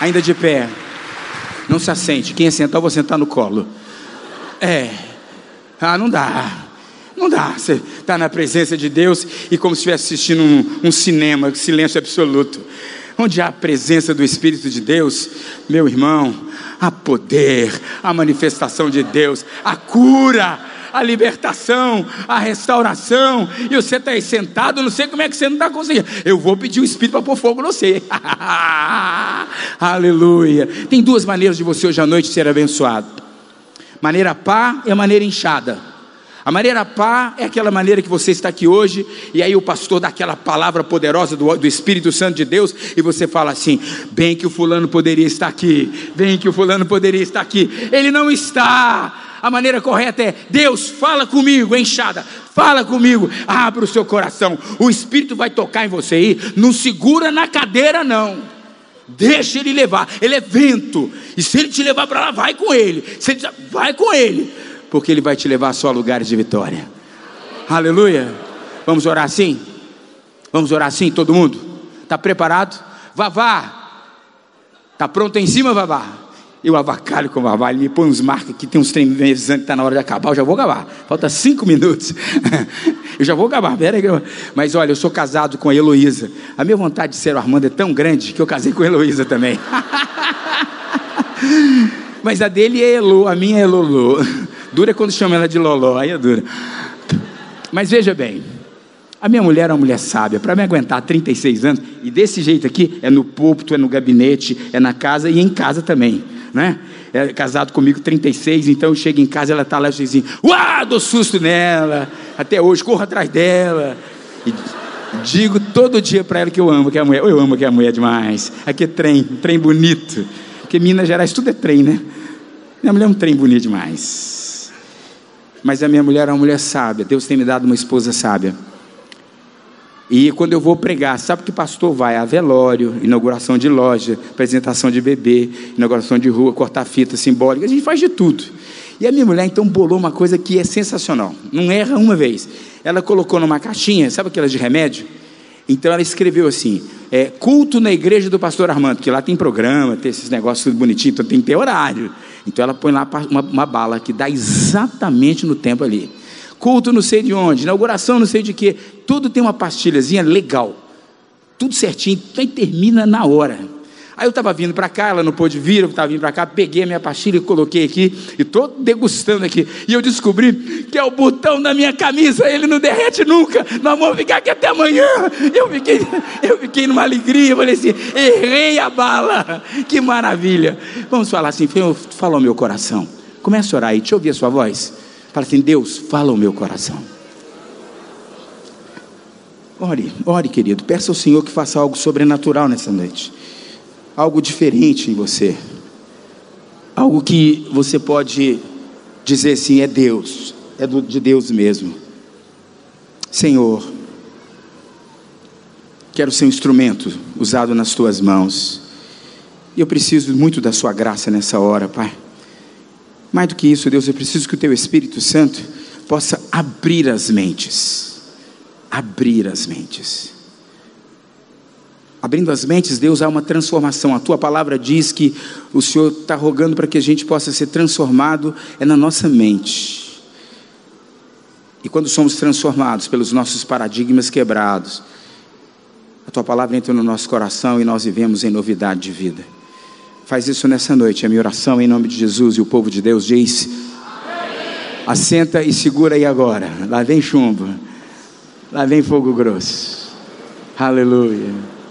Ainda de pé. Não se assente. Quem é sentar, eu vou sentar no colo. Não dá. Não dá. Você está na presença de Deus e como se estivesse assistindo um cinema, silêncio absoluto. Onde há a presença do Espírito de Deus, meu irmão, há poder, a manifestação de Deus, a cura, a libertação, a restauração. E você está aí sentado, não sei como é que você não está conseguindo. Eu vou pedir o Espírito para pôr fogo no você. Aleluia. Tem duas maneiras de você hoje à noite ser abençoado: maneira pá e a maneira inchada. A maneira pá é aquela maneira que você está aqui hoje, e aí o pastor dá aquela palavra poderosa do Espírito Santo de Deus, e você fala assim: bem que o fulano poderia estar aqui, bem que o fulano poderia estar aqui. Ele não está. A maneira correta é: Deus, fala comigo, enxada, fala comigo, abra o seu coração, o Espírito vai tocar em você aí, não segura na cadeira não, deixa ele levar, ele é vento, e se ele te levar para lá, vai com ele, vai com ele, porque ele vai te levar só a lugares de vitória. Aleluia. Vamos orar assim? Vamos orar assim, todo mundo? Está preparado? Vavá, está pronto em cima, Vavá? Eu avacalho com o Vavá, ele me põe uns marcos aqui, tem uns trem que está na hora de acabar, eu já vou acabar, falta 5 minutos, eu já vou acabar, pera aí. Mas olha, eu sou casado com a Heloísa, a minha vontade de ser o Armando é tão grande, que eu casei com a Heloísa também. Mas a dele é Elo, a minha é Lolo. Dura quando chama ela de Loló, aí é dura. Mas veja bem, a minha mulher é uma mulher sábia. Para me aguentar 36 anos, e desse jeito aqui, é no púlpito, é no gabinete, é na casa e em casa também, né? É casado comigo 36, então eu chego em casa, ela está lá, eu digo assim, uau, dou susto nela, até hoje, corro atrás dela, e digo todo dia para ela que eu amo que é a mulher. Eu amo que é a mulher demais. Aqui é trem bonito, porque Minas Gerais tudo é trem, né? Minha mulher é um trem bonito demais. Mas a minha mulher é uma mulher sábia. Deus tem me dado uma esposa sábia. E quando eu vou pregar, sabe que pastor vai a velório, inauguração de loja, apresentação de bebê, inauguração de rua, cortar fita simbólica, a gente faz de tudo. E a minha mulher então bolou uma coisa que é sensacional, não erra uma vez. Ela colocou numa caixinha, sabe aquelas de remédio? Então ela escreveu assim, culto na igreja do pastor Armando, que lá tem programa, tem esses negócios tudo bonitinho, então tem que ter horário. Então ela põe lá uma bala que dá exatamente no tempo ali. Culto não sei de onde, inauguração não sei de quê, tudo tem uma pastilhazinha legal, tudo certinho, então termina na hora. Aí eu estava vindo para cá, ela não pôde vir, eu estava vindo para cá, peguei a minha pastilha e coloquei aqui, e estou degustando aqui, e eu descobri que é o botão da minha camisa, ele não derrete nunca, nós vamos ficar aqui até amanhã. Eu fiquei numa alegria, falei assim, errei a bala, que maravilha. Vamos falar assim, fala ao meu coração, começa a orar aí, deixa eu ouvir a sua voz, fala assim, Deus, fala ao meu coração. Ore querido, peça ao Senhor que faça algo sobrenatural nessa noite, algo diferente em você, algo que você pode dizer assim, é Deus, de Deus mesmo. Senhor, quero ser um instrumento usado nas tuas mãos, e eu preciso muito da sua graça nessa hora, Pai. Mais do que isso, Deus, eu preciso que o teu Espírito Santo possa abrir as mentes. Abrindo as mentes, Deus, há uma transformação. A tua palavra diz que o Senhor está rogando para que a gente possa ser transformado, na nossa mente. E quando somos transformados pelos nossos paradigmas quebrados, a tua palavra entra no nosso coração e nós vivemos em novidade de vida. Faz isso nessa noite, é a minha oração em nome de Jesus. E o povo de Deus diz, amém. Assenta e segura aí agora, lá vem chumbo, lá vem fogo grosso. Aleluia.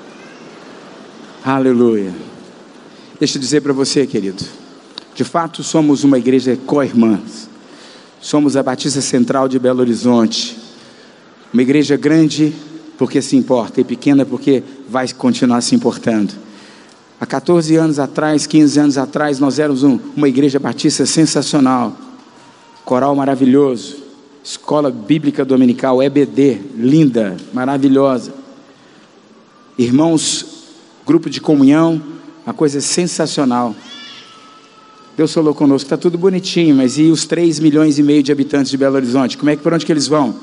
Aleluia. Deixa eu dizer para você, querido, de fato somos uma igreja co-irmã, somos a Batista Central de Belo Horizonte, uma igreja grande porque se importa, e pequena porque vai continuar se importando. Há 14 anos atrás, 15 anos atrás, nós éramos uma igreja batista sensacional, coral maravilhoso, escola bíblica dominical, EBD, linda, maravilhosa, irmãos, grupo de comunhão, uma coisa sensacional. Deus falou conosco, está tudo bonitinho, mas e os 3,5 milhões de habitantes de Belo Horizonte? Para onde que eles vão?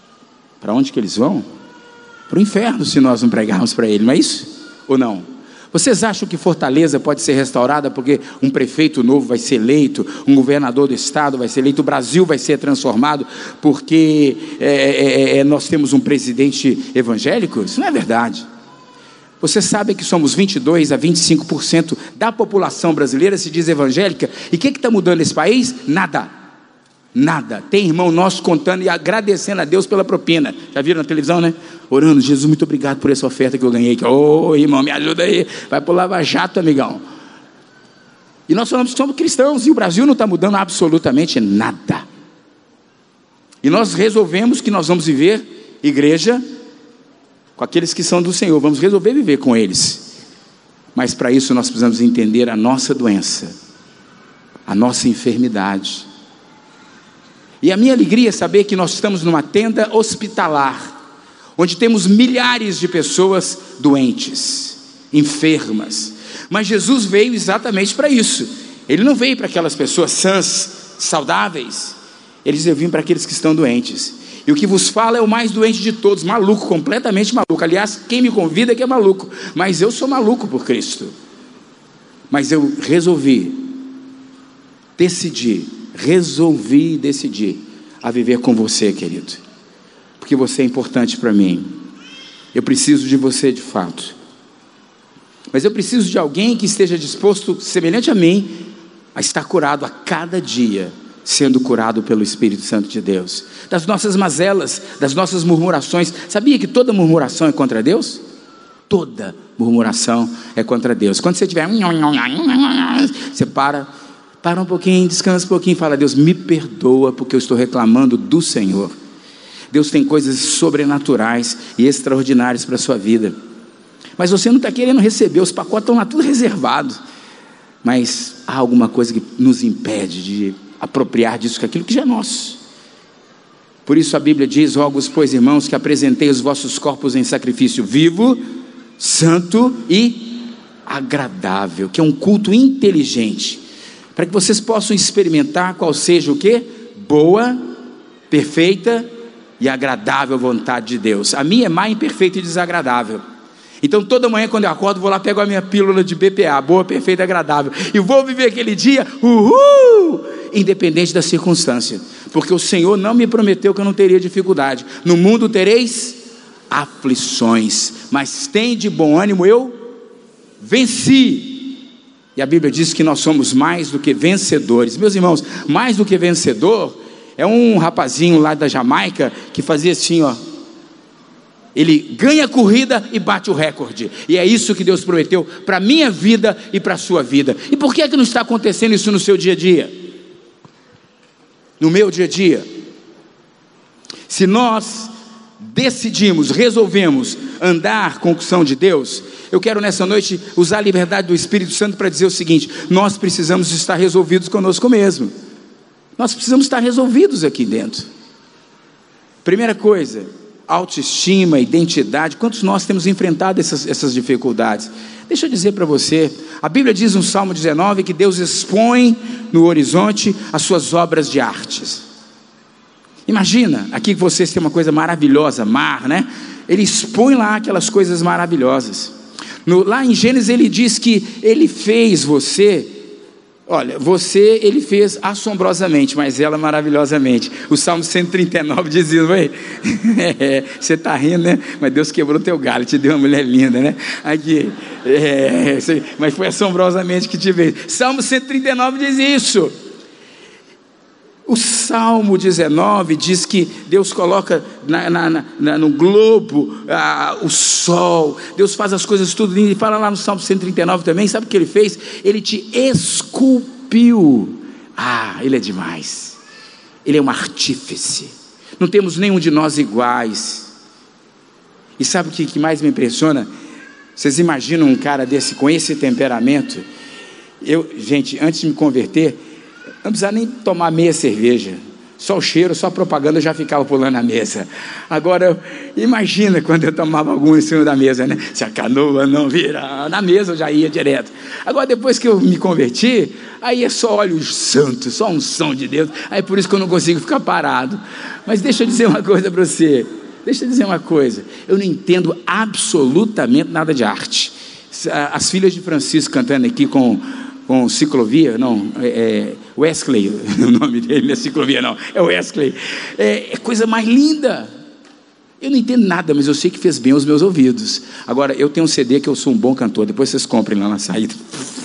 Para onde que eles vão? Para o inferno, se nós não pregarmos para ele, não é isso? Ou não? Vocês acham que Fortaleza pode ser restaurada porque um prefeito novo vai ser eleito, um governador do estado vai ser eleito, o Brasil vai ser transformado porque nós temos um presidente evangélico? Isso não é verdade. Vocês sabem que somos 22 a 25% da população brasileira se diz evangélica, e o que está mudando nesse país? Nada. Nada. Tem irmão nosso contando e agradecendo a Deus pela propina. Já viram na televisão, né? Orando: Jesus, muito obrigado por essa oferta que eu ganhei. Ô, irmão, me ajuda aí. Vai pro Lava Jato, amigão. E nós falamos que somos cristãos, e o Brasil não está mudando absolutamente nada. E nós resolvemos que nós vamos viver igreja com aqueles que são do Senhor. Vamos resolver viver com eles. Mas para isso nós precisamos entender a nossa doença, a nossa enfermidade. E a minha alegria é saber que nós estamos numa tenda hospitalar, onde temos milhares de pessoas doentes, enfermas. Mas Jesus veio exatamente para isso. Ele não veio para aquelas pessoas sãs, saudáveis. Ele disse: eu vim para aqueles que estão doentes. E o que vos fala é o mais doente de todos, maluco, completamente maluco. Aliás, quem me convida é que é maluco, mas eu sou maluco por Cristo. Mas eu resolvi decidir a viver com você, querido, porque você é importante para mim. Eu preciso de você de fato, mas eu preciso de alguém que esteja disposto, semelhante a mim, a estar curado a cada dia, sendo curado pelo Espírito Santo de Deus, das nossas mazelas, das nossas murmurações. Sabia que toda murmuração é contra Deus? Toda murmuração é contra Deus. Quando você tiver, você para um pouquinho, descansa um pouquinho e fala: Deus, me perdoa porque eu estou reclamando do Senhor. Deus tem coisas sobrenaturais e extraordinárias para a sua vida, mas você não está querendo receber, os pacotes estão lá tudo reservados, mas há alguma coisa que nos impede de apropriar disso, que aquilo que já é nosso. Por isso a Bíblia diz: rogo-vos, pois, irmãos, que apresentei os vossos corpos em sacrifício vivo, santo e agradável, que é um culto inteligente, para que vocês possam experimentar qual seja o quê? Boa, perfeita e agradável vontade de Deus. A minha é má, imperfeita e desagradável. Então toda manhã quando eu acordo, vou lá, pego a minha pílula de BPA, boa, perfeita e agradável, e vou viver aquele dia, independente da circunstância, porque o Senhor não me prometeu que eu não teria dificuldade. No mundo tereis aflições, mas tem de bom ânimo, eu venci. E a Bíblia diz que nós somos mais do que vencedores. Meus irmãos, mais do que vencedor é um rapazinho lá da Jamaica que fazia assim, ó. Ele ganha a corrida e bate o recorde. E é isso que Deus prometeu para a minha vida e para a sua vida. E por que é que não está acontecendo isso no seu dia a dia? No meu dia a dia? Se nós decidimos, resolvemos andar com a unção de Deus, eu quero nessa noite usar a liberdade do Espírito Santo para dizer o seguinte: nós precisamos estar resolvidos conosco mesmo. Nós precisamos estar resolvidos aqui dentro. Primeira coisa, autoestima, identidade. Quantos nós temos enfrentado essas dificuldades? Deixa eu dizer para você, a Bíblia diz no Salmo 19 que Deus expõe no horizonte as suas obras de artes. Imagina, aqui que vocês têm uma coisa maravilhosa, mar, né? Ele expõe lá aquelas coisas maravilhosas. Lá em Gênesis ele diz que ele fez você, olha, você ele fez assombrosamente, mas ela maravilhosamente. O Salmo 139 diz isso, vai. Você está rindo, né? Mas Deus quebrou teu galho, te deu uma mulher linda, né? Aqui, mas foi assombrosamente que te fez. Salmo 139 diz isso. O Salmo 19 diz que Deus coloca no globo o sol, Deus faz as coisas tudo lindo. E fala lá no Salmo 139 também, sabe o que ele fez? Ele te esculpiu. Ele é demais. Ele é um artífice. Não temos nenhum de nós iguais. E sabe o que mais me impressiona? Vocês imaginam um cara desse, com esse temperamento? Gente, antes de me converter, não precisava nem tomar meia cerveja, só o cheiro, só a propaganda, eu já ficava pulando na mesa. Agora, imagina quando eu tomava algum em cima da mesa, né? Se a canoa não vira, na mesa eu já ia direto. Agora, depois que eu me converti, aí é só óleo santo, só unção de Deus, aí por isso que eu não consigo ficar parado. Mas deixa eu dizer uma coisa para você, eu não entendo absolutamente nada de arte. As filhas de Francisco cantando aqui com Ciclovia, não, Wesley, o nome dele não é Ciclovia não, é Wesley, é coisa mais linda. Eu não entendo nada, mas eu sei que fez bem aos meus ouvidos. Agora, eu tenho um CD que eu sou um bom cantor, depois vocês comprem lá na saída.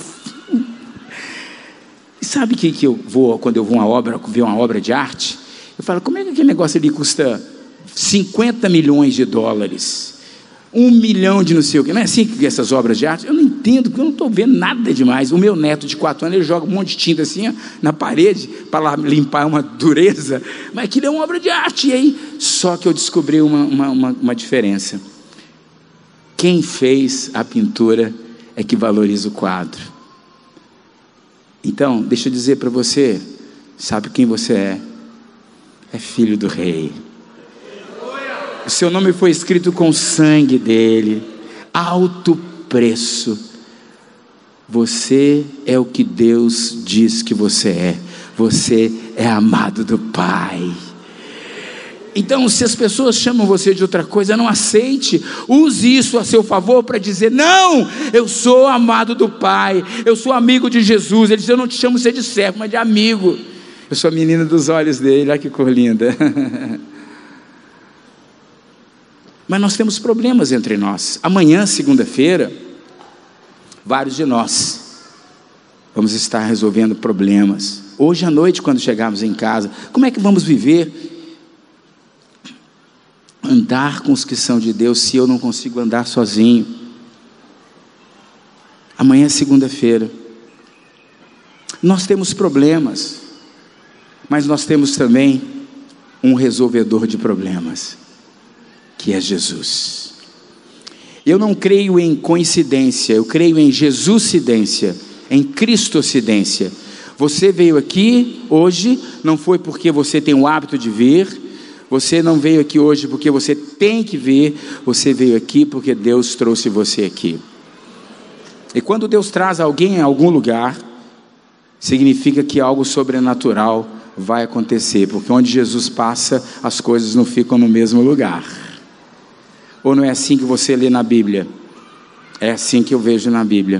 E sabe que eu vou, quando eu vou ver uma obra de arte, eu falo, como é que aquele negócio ali custa 50 milhões de dólares? 1 milhão de não sei o quê. Não é assim que essas obras de arte? Eu não entendo, porque eu não estou vendo nada demais. O meu neto de 4 anos, ele joga um monte de tinta assim, ó, na parede, para limpar uma dureza. Mas aquilo é uma obra de arte. E aí, só que eu descobri uma diferença. Quem fez a pintura é que valoriza o quadro. Então, deixa eu dizer para você, sabe quem você é? É filho do rei. O seu nome foi escrito com o sangue dele, alto preço. Você é o que Deus diz que você é. Você é amado do Pai. Então, se as pessoas chamam você de outra coisa, não aceite. Use isso a seu favor para dizer, não, eu sou amado do Pai, eu sou amigo de Jesus. Ele diz, eu não te chamo você de servo, mas de amigo. Eu sou a menina dos olhos dele, olha que cor linda. Mas nós temos problemas entre nós. Amanhã, segunda-feira, vários de nós vamos estar resolvendo problemas. Hoje à noite, quando chegarmos em casa, como é que vamos viver? Andar com os que são de Deus, se eu não consigo andar sozinho. Amanhã é segunda-feira. Nós temos problemas, mas nós temos também um resolvedor de problemas, que é Jesus. Eu não creio em coincidência, eu creio em Jesuscidência, em Cristocidência. Você veio aqui hoje, não foi porque você tem o hábito de vir, você não veio aqui hoje porque você tem que vir, você veio aqui porque Deus trouxe você aqui. E quando Deus traz alguém em algum lugar, significa que algo sobrenatural vai acontecer, porque onde Jesus passa, as coisas não ficam no mesmo lugar. Ou não é assim que você lê na Bíblia? É assim que eu vejo na Bíblia.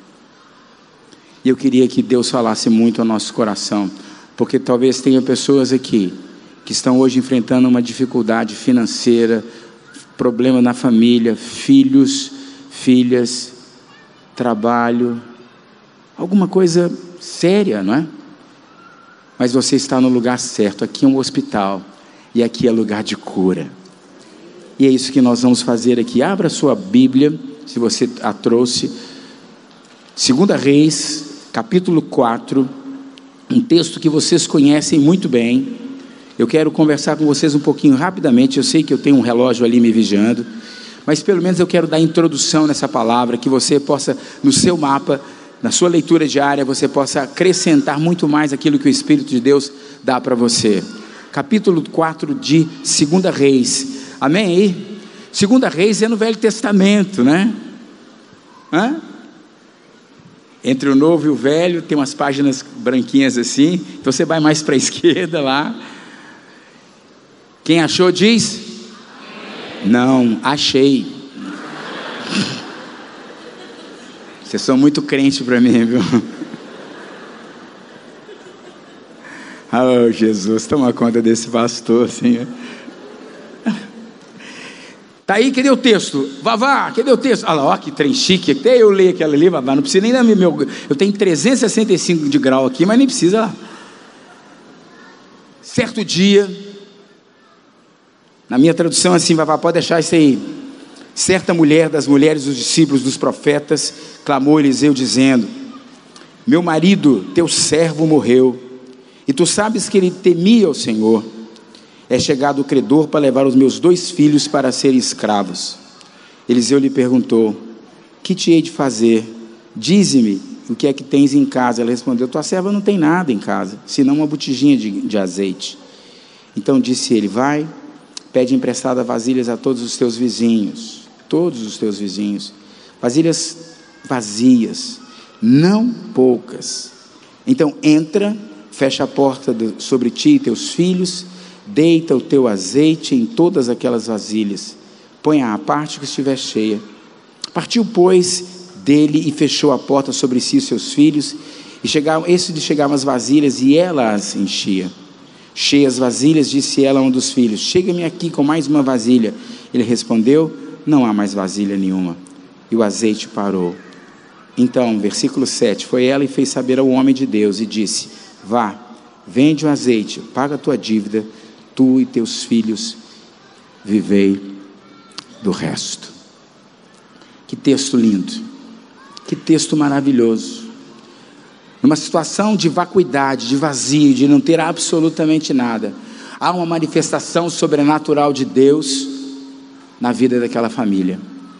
E eu queria que Deus falasse muito ao nosso coração, porque talvez tenha pessoas aqui que estão hoje enfrentando uma dificuldade financeira, problema na família, filhos, filhas, trabalho, alguma coisa séria, não é? Mas você está no lugar certo. Aqui é um hospital e aqui é lugar de cura. E é isso que nós vamos fazer aqui. Abra sua Bíblia, se você a trouxe. 2 Reis, capítulo 4, um texto que vocês conhecem muito bem. Eu quero conversar com vocês um pouquinho rapidamente. Eu sei que eu tenho um relógio ali me vigiando, mas pelo menos eu quero dar introdução nessa palavra, que você possa, no seu mapa, na sua leitura diária, você possa acrescentar muito mais aquilo que o Espírito de Deus dá para você. Capítulo 4 de 2 Reis. Amém aí? 2 Reis é no Velho Testamento, né? Entre o Novo e o Velho tem umas páginas branquinhas assim, então você vai mais para a esquerda lá. Quem achou diz? Não, achei. Vocês são muito crentes para mim, viu? Oh, Jesus, toma conta desse pastor, Senhor. Tá aí, cadê o texto? Vavá, cadê o texto? Olha lá, ó, que trem chique, até eu leio aquela ali, Vavá, não precisa nem dar eu tenho 365 de grau aqui, mas nem precisa lá. Certo dia, na minha tradução assim, Vavá, pode deixar isso aí. Certa mulher das mulheres dos discípulos dos profetas, clamou Eliseu dizendo: meu marido, teu servo morreu, e tu sabes que ele temia o Senhor. É chegado o credor para levar os meus 2 filhos para serem escravos. Eliseu lhe perguntou: que te hei de fazer? Dize-me o que é que tens em casa. Ela respondeu: tua serva não tem nada em casa, senão uma botijinha de azeite. Então disse ele: vai, pede emprestada vasilhas a todos os teus vizinhos, vasilhas vazias, não poucas. Então entra, fecha a porta sobre ti e teus filhos, deita o teu azeite em todas aquelas vasilhas, põe à parte que estiver cheia. Partiu, pois, dele e fechou a porta sobre si e seus filhos. E chegavam as vasilhas e ela as enchia. Cheias as vasilhas, disse ela a um dos filhos: chega-me aqui com mais uma vasilha. Ele respondeu: não há mais vasilha nenhuma. E o azeite parou. Então, versículo 7, foi ela e fez saber ao homem de Deus e disse: vá, vende o azeite, paga a tua dívida, tu e teus filhos vivei do resto. Que texto lindo, que texto maravilhoso. Numa situação de vacuidade, de vazio, de não ter absolutamente nada, há uma manifestação sobrenatural de Deus na vida daquela família.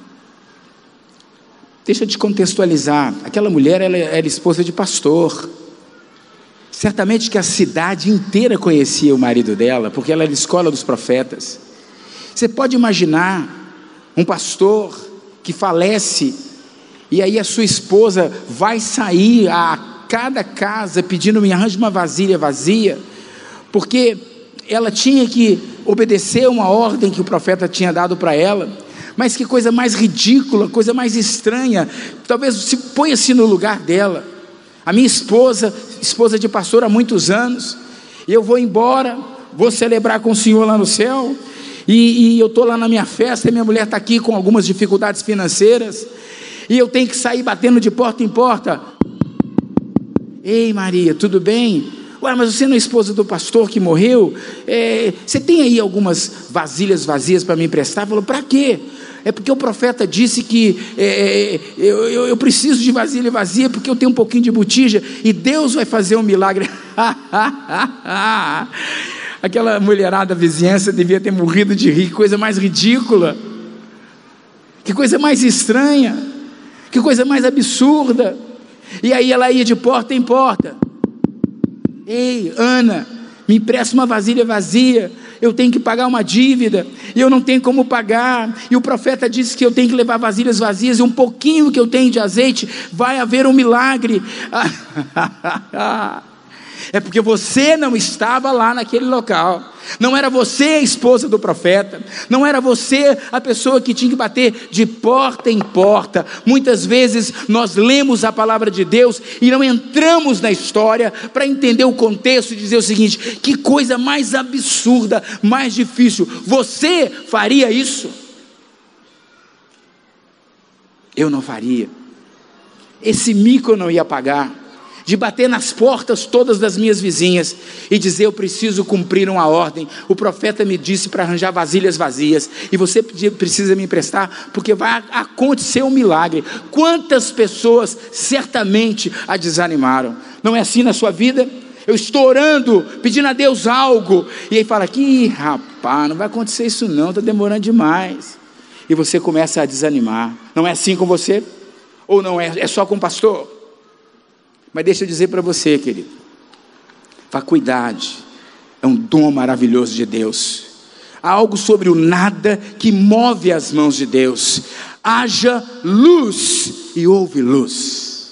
Deixa eu te contextualizar. Aquela mulher, ela era esposa de pastor. Certamente que a cidade inteira conhecia o marido dela, porque ela era escola dos profetas. Você pode imaginar um pastor que falece, e aí a sua esposa vai sair a cada casa pedindo: me arranje uma vasilha vazia, porque ela tinha que obedecer uma ordem que o profeta tinha dado para ela. Mas que coisa mais ridícula, coisa mais estranha. Talvez se ponha-se no lugar dela. A minha esposa de pastor há muitos anos, e eu vou embora, vou celebrar com o Senhor lá no céu, e eu estou lá na minha festa, e minha mulher está aqui com algumas dificuldades financeiras, e eu tenho que sair batendo de porta em porta. Ei, Maria, tudo bem? Ué, mas você não é esposa do pastor que morreu? Você tem aí algumas vasilhas vazias para me emprestar? Falou: para quê? É porque o profeta disse que eu preciso de vasilha vazia, porque eu tenho um pouquinho de botija, e Deus vai fazer um milagre. Aquela mulherada da vizinhança devia ter morrido de rir. Que coisa mais ridícula, que coisa mais estranha, que coisa mais absurda. E aí ela ia de porta em porta: ei, Ana, me empresta uma vasilha vazia, eu tenho que pagar uma dívida, e eu não tenho como pagar, e o profeta disse que eu tenho que levar vasilhas vazias, e um pouquinho que eu tenho de azeite, vai haver um milagre. É porque você não estava lá naquele local. Não era você a esposa do profeta, não era você a pessoa que tinha que bater de porta em porta. Muitas vezes nós lemos a palavra de Deus e não entramos na história para entender o contexto e dizer o seguinte: que coisa mais absurda, mais difícil. Você faria isso? Eu não faria. Esse mico eu não ia pagar, de bater nas portas todas das minhas vizinhas e dizer: eu preciso cumprir uma ordem, o profeta me disse para arranjar vasilhas vazias, e você precisa me emprestar, porque vai acontecer um milagre. Quantas pessoas certamente a desanimaram? Não é assim na sua vida? Eu estou orando, pedindo a Deus algo, e aí fala: que rapaz, não vai acontecer isso não, está demorando demais, e você começa a desanimar. Não é assim com você? Ou não é? É só com o pastor? Mas deixa eu dizer para você, querido, vacuidade é um dom maravilhoso de Deus. Há algo sobre o nada que move as mãos de Deus. Haja luz e houve luz.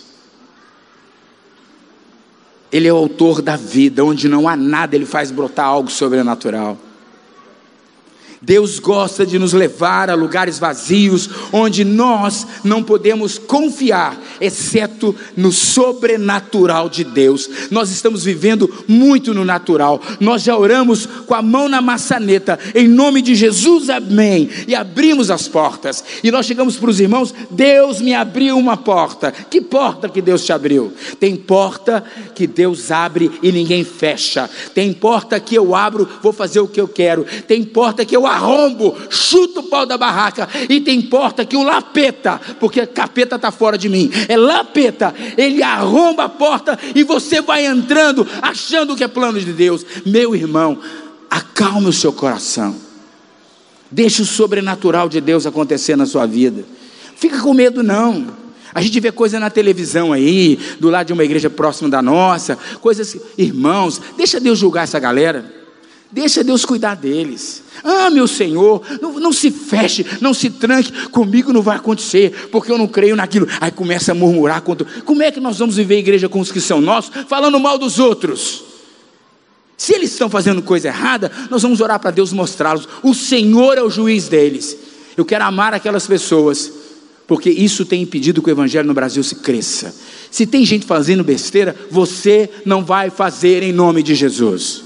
Ele é o autor da vida. Onde não há nada, Ele faz brotar algo sobrenatural. Deus gosta de nos levar a lugares vazios, onde nós não podemos confiar, exceto no sobrenatural de Deus. Nós estamos vivendo muito no natural. Nós já oramos com a mão na maçaneta, em nome de Jesus, amém, e abrimos as portas, e nós chegamos para os irmãos: Deus me abriu uma porta. Que porta que Deus te abriu? Tem porta que Deus abre e ninguém fecha. Tem porta que eu abro, vou fazer o que eu quero. Tem porta que eu arrombo, chuto o pau da barraca, e tem porta que o lapeta, porque capeta está fora de mim, é lapeta, ele arromba a porta e você vai entrando achando que é plano de Deus. Meu irmão, acalme o seu coração, deixe o sobrenatural de Deus acontecer na sua vida. Fica com medo não. A gente vê coisa na televisão aí, do lado de uma igreja próxima da nossa, coisas, irmãos, deixa Deus julgar essa galera. Deixa Deus cuidar deles. Ame o Senhor, não se feche, não se tranque. Comigo não vai acontecer, porque eu não creio naquilo. Aí começa a murmurar contra. Como é que nós vamos viver a igreja com os que são nossos, falando mal dos outros? Se eles estão fazendo coisa errada, nós vamos orar para Deus mostrá-los. O Senhor é o juiz deles. Eu quero amar aquelas pessoas porque isso tem impedido que o evangelho no Brasil se cresça. Se tem gente fazendo besteira, você não vai fazer em nome de Jesus.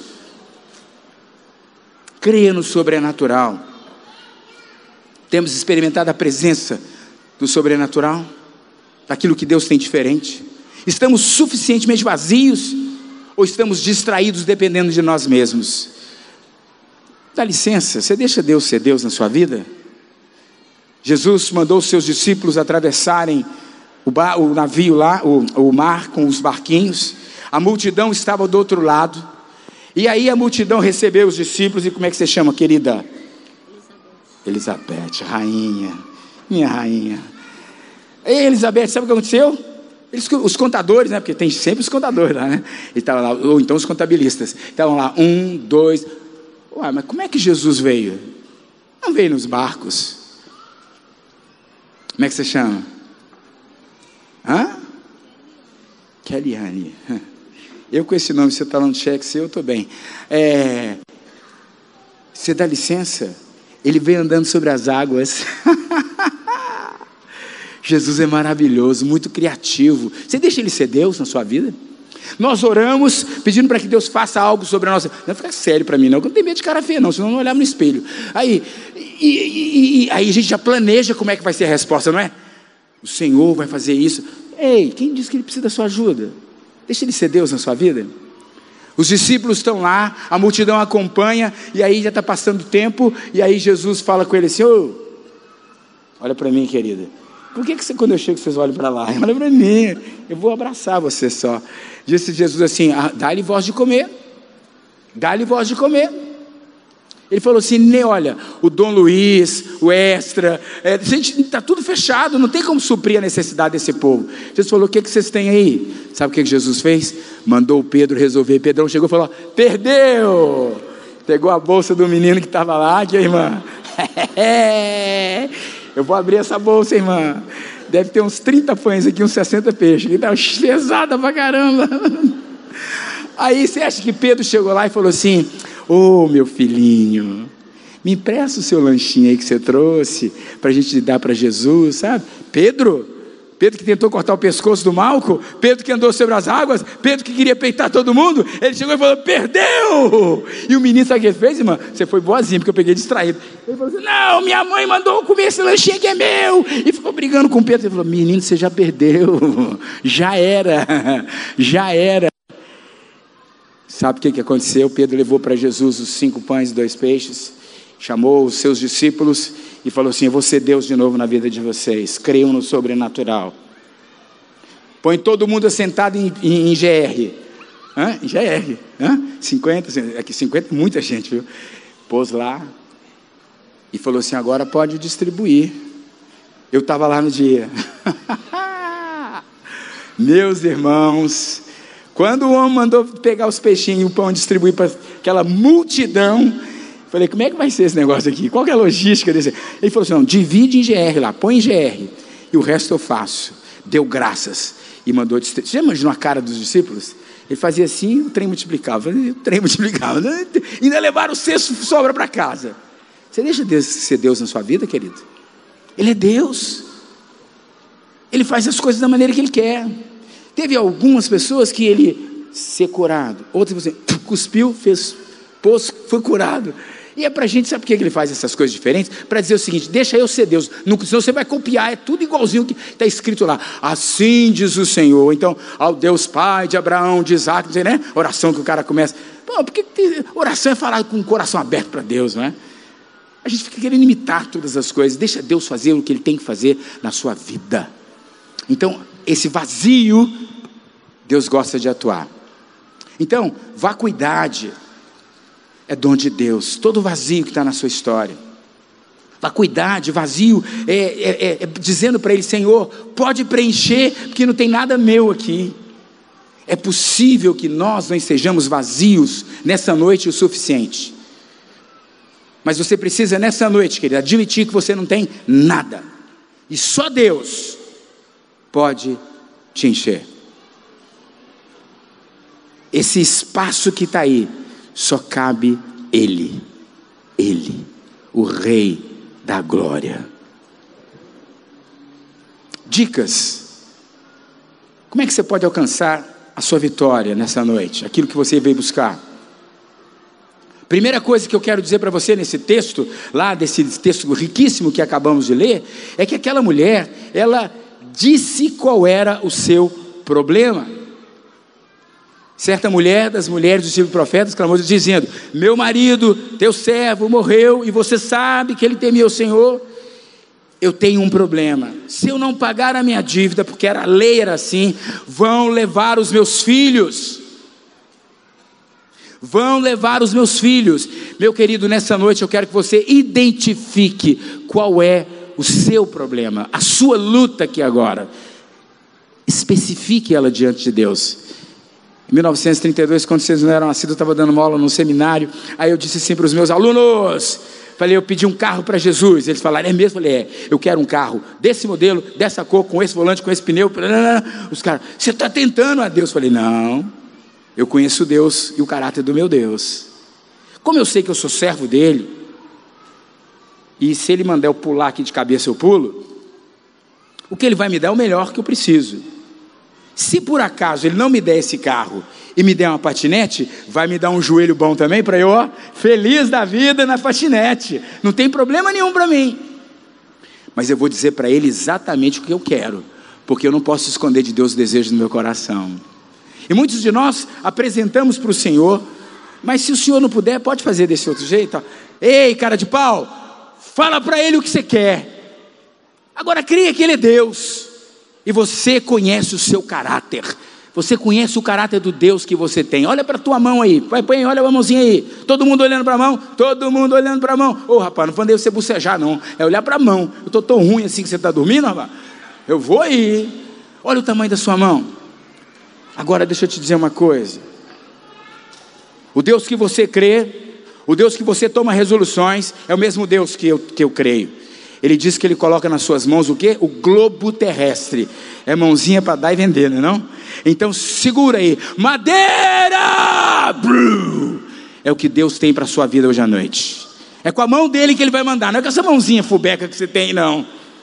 Creia no sobrenatural. Temos experimentado a presença do sobrenatural, daquilo que Deus tem diferente. Estamos suficientemente vazios ou estamos distraídos dependendo de nós mesmos? Dá licença, você deixa Deus ser Deus na sua vida? Jesus mandou os seus discípulos atravessarem o navio lá, o mar com os barquinhos. A multidão estava do outro lado. E aí a multidão recebeu os discípulos. E como é que você chama, querida? Elizabeth, rainha, minha rainha. Ei, Elizabeth, sabe o que aconteceu? Os contadores, né? Porque tem sempre os contadores lá, né? Estavam lá, ou então os contabilistas. Estavam lá, 1, 2. Ué, mas como é que Jesus veio? Não veio nos barcos. Como é que você chama? Kellyanne. Eu com esse nome, você está lá no cheque seu, eu estou bem. Você dá licença? Ele veio andando sobre as águas. Jesus é maravilhoso, muito criativo. Você deixa Ele ser Deus na sua vida? Nós oramos pedindo para que Deus faça algo sobre a nossa... Não fica sério para mim não, que eu não tenho medo de cara feia não, senão eu não olhar no espelho. Aí a gente já planeja como é que vai ser a resposta, não é? O Senhor vai fazer isso. Ei, quem disse que Ele precisa da sua ajuda? Deixa Ele ser Deus na sua vida. Os discípulos estão lá, a multidão acompanha, e aí já está passando o tempo, e aí Jesus fala com ele assim: olha para mim, querida, por que você, quando eu chego, vocês olham para lá? Olha para mim, eu vou abraçar você só. Disse Jesus assim: dá-lhe voz de comer, dá-lhe voz de comer. Ele falou assim: olha, o Dom Luiz, o Extra, gente, está tudo fechado, não tem como suprir a necessidade desse povo. Jesus falou: o que vocês têm aí? Sabe o que Jesus fez? Mandou o Pedro resolver. Pedrão chegou e falou: perdeu! Pegou a bolsa do menino que estava lá, aqui, irmã. Eu vou abrir essa bolsa, irmã. Deve ter uns 30 pães aqui, uns 60 peixes. Está pesada pra caramba. Aí você acha que Pedro chegou lá e falou assim: meu filhinho, me empresta o seu lanchinho aí que você trouxe, para a gente dar para Jesus, sabe? Pedro que tentou cortar o pescoço do Malco, Pedro que andou sobre as águas, Pedro que queria peitar todo mundo, ele chegou e falou: perdeu! E o menino, sabe o que ele fez, irmã? Você foi boazinha, porque eu peguei distraído. Ele falou assim: não, minha mãe mandou eu comer esse lanchinho que é meu, e ficou brigando com Pedro. Ele falou: menino, você já perdeu, já era. Sabe o que aconteceu? Pedro levou para Jesus os 5 pães e 2 peixes, chamou os seus discípulos e falou assim: eu vou ser Deus de novo na vida de vocês, creiam no sobrenatural. Põe todo mundo assentado em GR. Em GR. 50, aqui 50, muita gente, viu? Pôs lá e falou assim: agora pode distribuir. Eu estava lá no dia. Meus irmãos, quando o homem mandou pegar os peixinhos e o pão e distribuir para aquela multidão, falei: como é que vai ser esse negócio aqui? Qual que é a logística desse? Ele falou assim: não, divide em GR lá, põe em GR, e o resto eu faço. Deu graças e mandou distribuir. Você já imaginou a cara dos discípulos? Ele fazia assim, o trem multiplicava, ainda levaram o cesto sobra para casa. Você deixa Deus ser Deus na sua vida, querido? Ele é Deus. Ele faz as coisas da maneira que Ele quer. Teve algumas pessoas que ele ser curado, outras você cuspiu, pôs, foi curado. E é para a gente, sabe por que ele faz essas coisas diferentes? Para dizer o seguinte: deixa eu ser Deus, senão você vai copiar, é tudo igualzinho que está escrito lá. Assim diz o Senhor. Então, ao Deus Pai de Abraão, de Isaac, né? Oração que o cara começa. Porque oração é falar com o coração aberto para Deus, não é? A gente fica querendo imitar todas as coisas. Deixa Deus fazer o que Ele tem que fazer na sua vida. Então, esse vazio, Deus gosta de atuar. Então, vacuidade é dom de Deus. Todo vazio que está na sua história, vacuidade, vazio, é dizendo para Ele: Senhor, pode preencher, porque não tem nada meu aqui. É possível que nós não estejamos vazios nessa noite o suficiente, mas você precisa nessa noite, querido, admitir que você não tem nada, e só Deus pode te encher. Esse espaço que está aí, só cabe Ele, o Rei da Glória. dicas. Como é que você pode alcançar a sua vitória nessa noite? Aquilo que você veio buscar. Primeira coisa que eu quero dizer para você nesse texto, lá desse texto riquíssimo que acabamos de ler, é que aquela mulher, ela disse qual era o seu problema. Certa mulher, das mulheres dos filhos profetas, clamou dizendo: meu marido, teu servo, morreu, e você sabe que ele temia o Senhor. Eu tenho um problema. Se eu não pagar a minha dívida, porque a lei era assim, vão levar os meus filhos. Vão levar os meus filhos. Meu querido, nessa noite eu quero que você identifique qual é o seu problema, a sua luta aqui agora. Especifique ela diante de Deus. Em 1932, quando vocês não eram nascidos, eu estava dando uma aula num seminário. Aí eu disse assim para os meus alunos, falei, eu pedi um carro para Jesus. Eles falaram, é mesmo? Eu falei, eu quero um carro desse modelo, dessa cor, com esse volante, com esse pneu. Os caras, você está tentando a Deus? Eu falei, não, eu conheço Deus e o caráter do meu Deus. Como eu sei que eu sou servo dele, e se ele mandar eu pular aqui de cabeça, eu pulo, o que ele vai me dar é o melhor que eu preciso. Se por acaso ele não me der esse carro e me der uma patinete, vai me dar um joelho bom também para eu, feliz da vida na patinete. Não tem problema nenhum para mim. Mas eu vou dizer para ele exatamente o que eu quero, porque eu não posso esconder de Deus o desejo no meu coração. E muitos de nós apresentamos para o Senhor, mas se o Senhor não puder, pode fazer desse outro jeito. Ei, cara de pau, fala para ele o que você quer. Agora creia que ele é Deus. E você conhece o seu caráter. Você conhece o caráter do Deus que você tem. Olha para a tua mão aí. Põe, olha a mãozinha aí. Todo mundo olhando para a mão. Todo mundo olhando para a mão. Ô rapaz, não mandei você bocejar não. É olhar para a mão. Eu estou tão ruim assim que você está dormindo, rapaz. Eu vou aí. Olha o tamanho da sua mão. Agora deixa eu te dizer uma coisa. O Deus que você crê, o Deus que você toma resoluções, é o mesmo Deus que eu creio. Ele diz que ele coloca nas suas mãos o quê? O globo terrestre. É mãozinha para dar e vender, não é não? Então segura aí. Madeira! É o que Deus tem para a sua vida hoje à noite. É com a mão dele que ele vai mandar. Não é com essa mãozinha fubeca que você tem, não.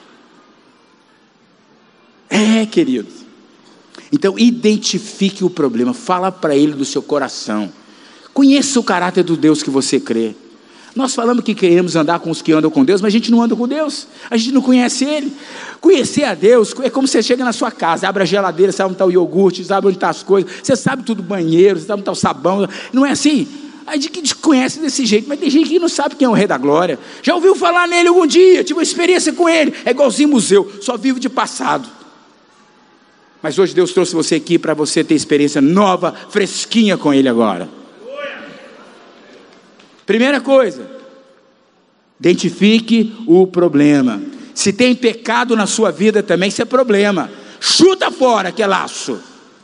É, querido. Então identifique o problema. Fala para ele do seu coração. Conheça o caráter do Deus que você crê. Nós falamos que queremos andar com os que andam com Deus, mas a gente não anda com Deus, a gente não conhece Ele. Conhecer a Deus é como você chega na sua casa, abre a geladeira, sabe onde está o iogurte, sabe onde estão as coisas, você sabe tudo do banheiro, você sabe onde está o sabão, não é assim? A gente conhece desse jeito, mas tem gente que não sabe quem é o Rei da Glória. Já ouviu falar nele algum dia, tive uma experiência com ele, é igualzinho museu, só vivo de passado. Mas hoje Deus trouxe você aqui para você ter experiência nova, fresquinha com Ele agora. Primeira coisa, identifique o problema. Se tem pecado na sua vida também, isso é problema. Chuta fora que é laço.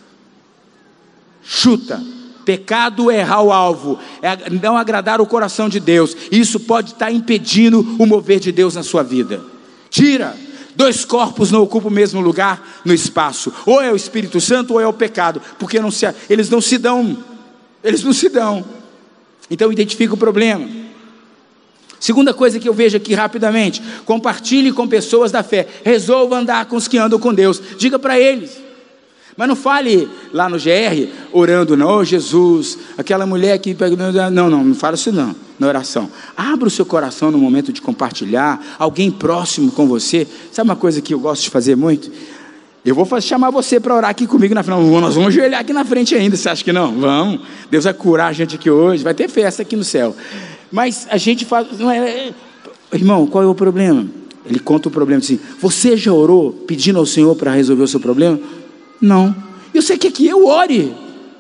Chuta. Pecado é errar o alvo, é não agradar o coração de Deus. Isso pode estar impedindo o mover de Deus na sua vida. Tira. 2 corpos não ocupam o mesmo lugar no espaço. Ou é o Espírito Santo ou é o pecado, porque eles não se dão. Eles não se dão. Então identifica o problema. Segunda coisa que eu vejo aqui rapidamente: compartilhe com pessoas da fé. Resolva andar com os que andam com Deus. Diga para eles. Mas não fale lá no GR, orando não, oh Jesus, aquela mulher que... Não fala isso não, na oração. Abra o seu coração no momento de compartilhar, alguém próximo com você. Sabe uma coisa que eu gosto de fazer muito? Eu vou chamar você para orar aqui comigo na frente. Nós vamos ajoelhar aqui na frente ainda, você acha que não? Vamos, Deus vai curar a gente aqui hoje, vai ter festa aqui no céu. Mas a gente faz... Irmão, qual é o problema? Ele conta o problema assim: você já orou pedindo ao Senhor para resolver o seu problema? Não. E você quer que eu ore?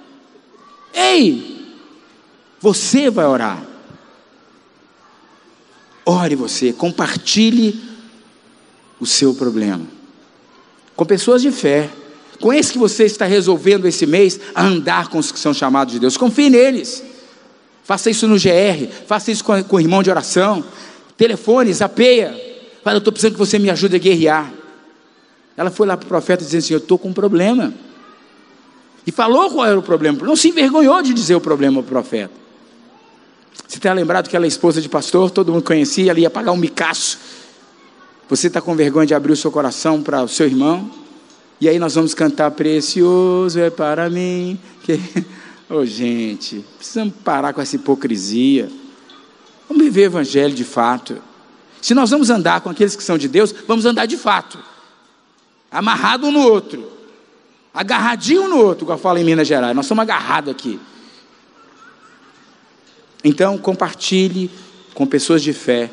Ei, você vai orar. Ore você, compartilhe o seu problema com pessoas de fé, com esse que você está resolvendo esse mês, a andar com os que são chamados de Deus. Confie neles. Faça isso no GR, faça isso com o irmão de oração. Telefone, zapeia. Fala, eu estou precisando que você me ajude a guerrear. Ela foi lá para o profeta dizendo assim: eu estou com um problema. E falou qual era o problema. Não se envergonhou de dizer o problema ao profeta. Você está lembrado que ela é esposa de pastor, todo mundo conhecia, ela ia pagar um micaço. Você está com vergonha de abrir o seu coração para o seu irmão? E aí nós vamos cantar precioso é para mim. Gente, precisamos parar com essa hipocrisia. Vamos viver o evangelho de fato. Se nós vamos andar com aqueles que são de Deus, vamos andar de fato, amarrado um no outro, agarradinho um no outro, igual fala em Minas Gerais. Nós somos agarrados aqui. Então compartilhe com pessoas de fé.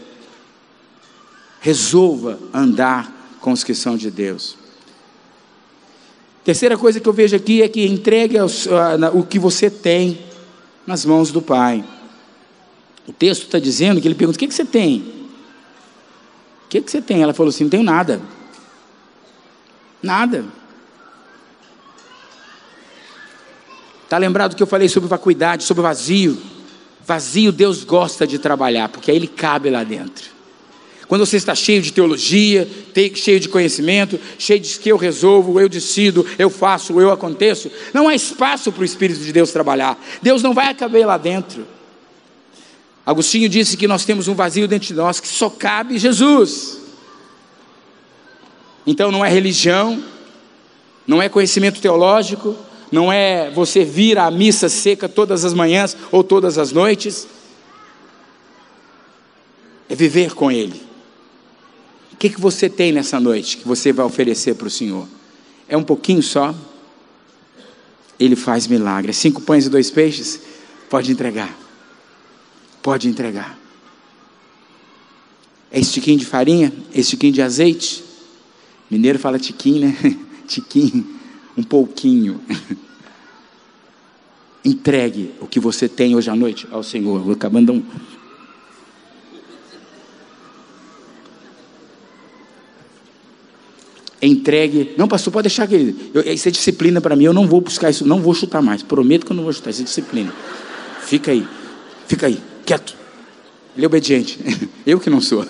Resolva andar com os que são de Deus. Terceira coisa que eu vejo aqui é que entregue o que você tem nas mãos do Pai. O texto está dizendo que ele pergunta: o que você tem? O que você tem? Ela falou assim: não tenho nada. Nada. Está lembrado que eu falei sobre vacuidade, sobre vazio? Vazio Deus gosta de trabalhar, porque aí Ele cabe lá dentro. Quando você está cheio de teologia, cheio de conhecimento, cheio de que eu resolvo, eu decido, eu faço, eu aconteço, não há espaço para o Espírito de Deus trabalhar. Deus não vai caber lá dentro. Agostinho disse que nós temos um vazio dentro de nós, que só cabe Jesus. Então não é religião, não é conhecimento teológico, não é você vir à missa seca todas as manhãs ou todas as noites. É viver com Ele. O que você tem nessa noite que você vai oferecer para o Senhor? É um pouquinho só? Ele faz milagre. 5 pães e 2 peixes? Pode entregar. Pode entregar. É esse tiquinho de farinha? Esse tiquinho de azeite? Mineiro fala tiquinho, né? Tiquinho. Um pouquinho. Entregue o que você tem hoje à noite ao Senhor. Vou acabando um... Entregue. Não, pastor, pode deixar, querido. Isso é disciplina para mim. Eu não vou buscar isso. Não vou chutar mais. Prometo que eu não vou chutar. Isso é disciplina. Fica aí. Fica aí. Quieto. Ele é obediente. Eu que não sou.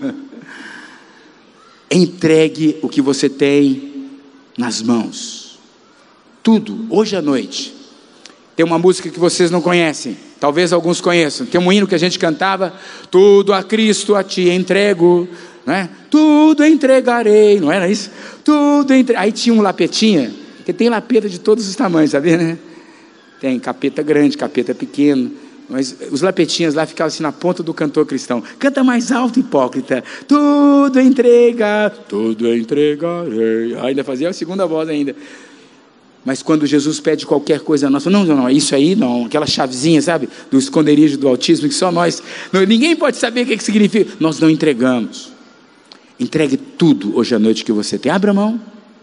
Entregue o que você tem nas mãos. Tudo. Hoje à noite. Tem uma música que vocês não conhecem. Talvez alguns conheçam. Tem um hino que a gente cantava. Tudo a Cristo a ti entrego. Não é? Tudo entregarei, não era isso? Tudo Aí tinha um lapetinha, que tem lapeta de todos os tamanhos, sabia, né? Tem capeta grande, capeta pequeno, mas os lapetinhas lá ficavam assim na ponta do cantor cristão. Canta mais alto, hipócrita. Tudo entregarei. Ainda fazia a segunda voz ainda. Mas quando Jesus pede qualquer coisa nossa, não, isso aí não, aquela chavezinha, sabe, do esconderijo do autismo, que só nós, ninguém pode saber o que significa, nós não entregamos. Entregue tudo hoje à noite que você tem. Abra mão.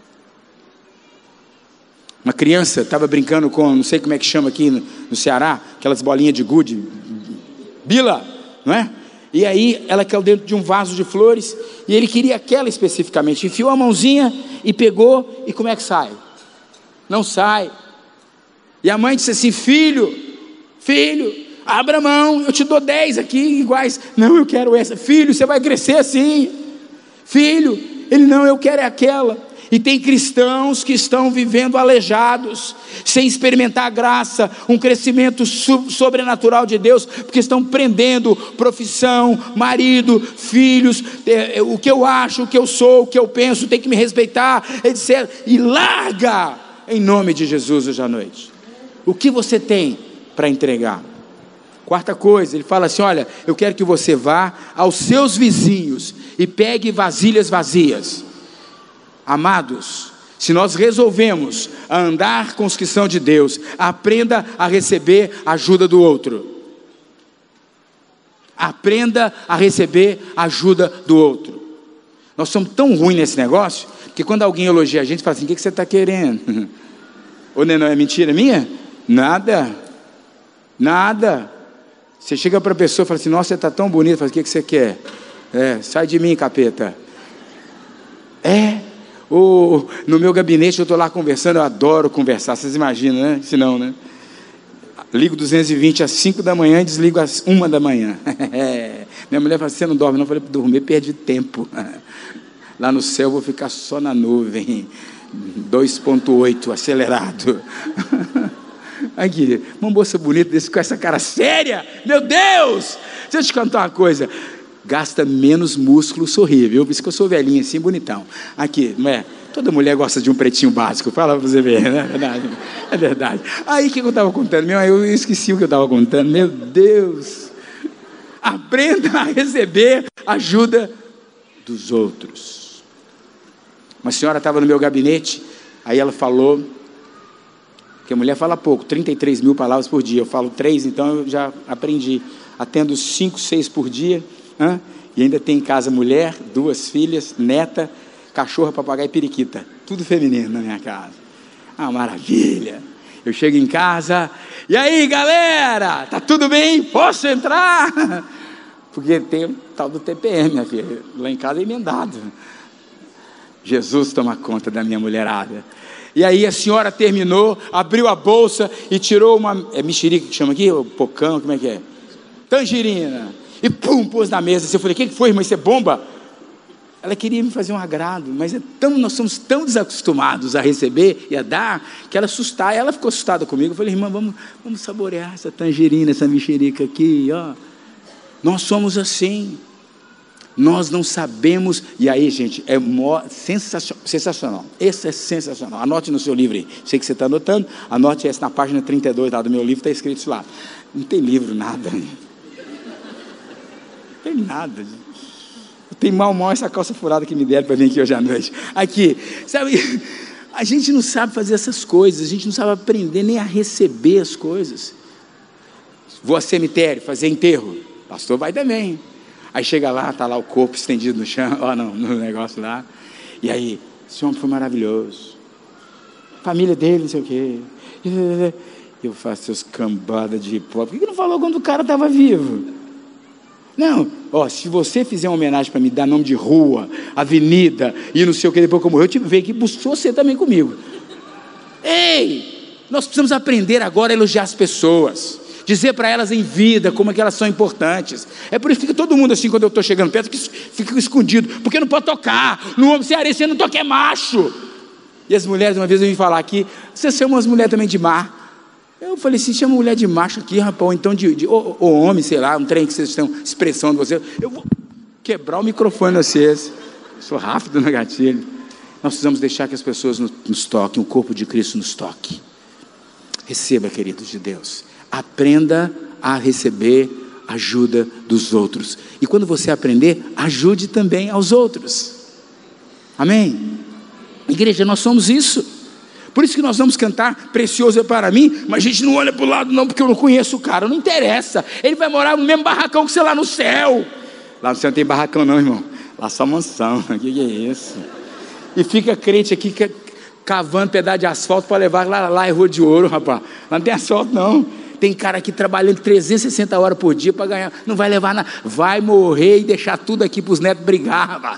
Uma criança estava brincando com, não sei como é que chama aqui no Ceará, aquelas bolinhas de gude, bila, não é? E aí ela caiu dentro de um vaso de flores, e ele queria aquela especificamente, enfiou a mãozinha e pegou, e como é que sai? Não sai. E a mãe disse assim: filho, abra mão, eu te dou 10 aqui iguais. Não, eu quero essa. Filho, você vai crescer assim. Filho, ele não, eu quero é aquela. E tem cristãos que estão vivendo aleijados, sem experimentar a graça, um crescimento sobrenatural de Deus, porque estão prendendo profissão, marido, filhos, o que eu acho, o que eu sou, o que eu penso, tem que me respeitar, etc. E larga, em nome de Jesus, hoje à noite. O que você tem para entregar? Quarta coisa, ele fala assim: olha, eu quero que você vá aos seus vizinhos e pegue vasilhas vazias. Amados, se nós resolvemos andar com os que são de Deus, aprenda a receber a ajuda do outro. Aprenda a receber a ajuda do outro. Nós somos tão ruins nesse negócio, que quando alguém elogia a gente, fala assim: o que você está querendo? Ou não é mentira minha? Nada. Você chega para a pessoa e fala assim: nossa, você está tão bonito. Fala: o que você quer? Sai de mim, capeta. No meu gabinete eu estou lá conversando. Eu adoro conversar, vocês imaginam, né? Se não, né? Ligo 220 às 5 da manhã e desligo às 1 da manhã. Minha mulher fala: você não dorme? Não. Eu falei: dormir perde tempo. Lá no céu eu vou ficar só na nuvem, 2.8 acelerado. Aqui, uma moça bonita desse, com essa cara séria, meu Deus. Deixa eu te contar uma coisa. gasta menos músculo sorrir, viu? Por isso que eu sou velhinho assim, bonitão. Aqui, não é? Toda mulher gosta de um pretinho básico, fala pra você ver, né? É verdade. É verdade. Aí, o que eu estava contando? Eu esqueci o que eu estava contando. Meu Deus! Aprenda a receber ajuda dos outros. Uma senhora estava no meu gabinete, aí ela falou, que a mulher fala pouco, 33 mil palavras por dia, eu falo 3, então eu já aprendi. Atendo 5, 6 por dia, e ainda tem em casa mulher, 2 filhas, neta, cachorra, papagaio e periquita, tudo feminino na minha casa. Ah, maravilha! Eu chego em casa, e aí galera, tá tudo bem? Posso entrar? Porque tem o tal do TPM, minha filha, lá em casa é emendado. Jesus toma conta da minha mulherada. E aí a senhora terminou, abriu a bolsa e tirou uma, mexerica que chama aqui, o pocão, como é que é? Tangerina. E pum, pôs na mesa. Eu falei, o que foi, irmã? Isso é bomba? Ela queria me fazer um agrado, mas nós somos tão desacostumados a receber e a dar, que ela assustar. Ela ficou assustada comigo. Eu falei, irmã, vamos saborear essa tangerina, essa mexerica aqui, ó. Nós somos assim. Nós não sabemos. E aí, gente, é sensacional. Esse é sensacional. Anote no seu livro aí. Sei que você está anotando. Anote essa na página 32 lá do meu livro, está escrito isso lá. Não tem livro, nada. Não tem nada. Eu tenho mal essa calça furada que me deram para vir aqui hoje à noite. Aqui, sabe, a gente não sabe fazer essas coisas, a gente não sabe aprender nem a receber as coisas. Vou ao cemitério fazer enterro. Pastor vai também. Aí chega lá, está lá o corpo estendido no chão, no negócio lá. E aí, esse homem foi maravilhoso. Família dele, não sei o quê. Eu faço seus cambadas de hip-hop. Por que não falou quando o cara estava vivo? Não, se você fizer uma homenagem para me dar nome de rua, avenida, e não sei o que, depois que eu morrer, eu te vejo aqui, buscou você também comigo. Ei, nós precisamos aprender agora a elogiar as pessoas. Dizer para elas em vida como é que elas são importantes. É por isso que fica todo mundo assim, quando eu estou chegando perto, que fica escondido, porque não pode tocar. No homem cearense você não toca, é macho. E as mulheres, uma vez eu vim falar aqui, vocês são umas mulheres também de mar. Eu falei assim, chama mulher de macho aqui, rapaz, ou então ou homem, sei lá, um trem que vocês estão expressando vocês. Eu vou quebrar o microfone de vocês. Sou rápido no gatilho. Nós precisamos deixar que as pessoas nos toquem, o corpo de Cristo nos toque. Receba, queridos de Deus. Aprenda a receber ajuda dos outros. E quando você aprender, ajude também aos outros. Amém? Igreja, nós somos isso. Por isso que nós vamos cantar Precioso é para mim, mas a gente não olha para o lado não, porque eu não conheço o cara, não interessa. Ele vai morar no mesmo barracão que você lá no céu. Lá no céu não tem barracão não, irmão. Lá só mansão. O que é isso? E fica crente aqui cavando pedaço de asfalto para levar lá é rua de ouro, rapaz. Lá não tem asfalto não. Tem cara aqui trabalhando 360 horas por dia para ganhar, não vai levar nada, vai morrer e deixar tudo aqui para os netos brigar, rapaz.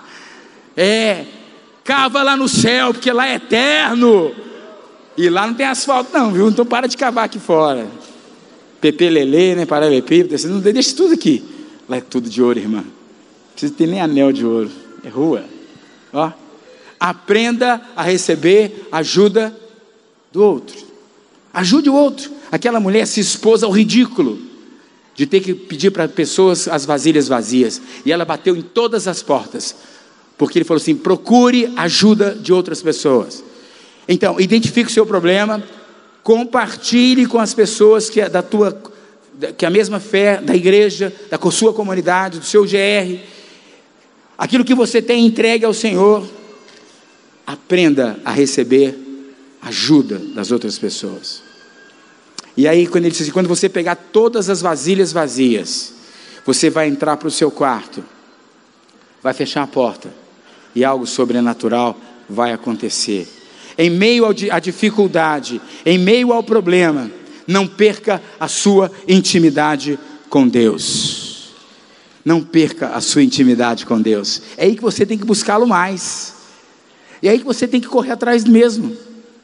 Cava lá no céu, porque lá é eterno, e lá não tem asfalto não, viu? Então para de cavar aqui fora, Pepe Lelê, né, paralelepípedo, você não deixa tudo aqui, lá é tudo de ouro, irmã, não precisa ter nem anel de ouro, é rua, ó. Aprenda a receber ajuda do outro, ajude o outro. Aquela mulher se expôs ao ridículo de ter que pedir para pessoas as vasilhas vazias, e ela bateu em todas as portas, porque ele falou assim, procure ajuda de outras pessoas. Então, identifique o seu problema, compartilhe com as pessoas que é a mesma fé da igreja, da sua comunidade, do seu GR, aquilo que você tem, entregue ao Senhor. Aprenda a receber ajuda das outras pessoas. E aí, quando ele diz assim, quando você pegar todas as vasilhas vazias, você vai entrar para o seu quarto, vai fechar a porta, e algo sobrenatural vai acontecer. Em meio à dificuldade, em meio ao problema, não perca a sua intimidade com Deus. Não perca a sua intimidade com Deus. É aí que você tem que buscá-lo mais. É aí que você tem que correr atrás mesmo.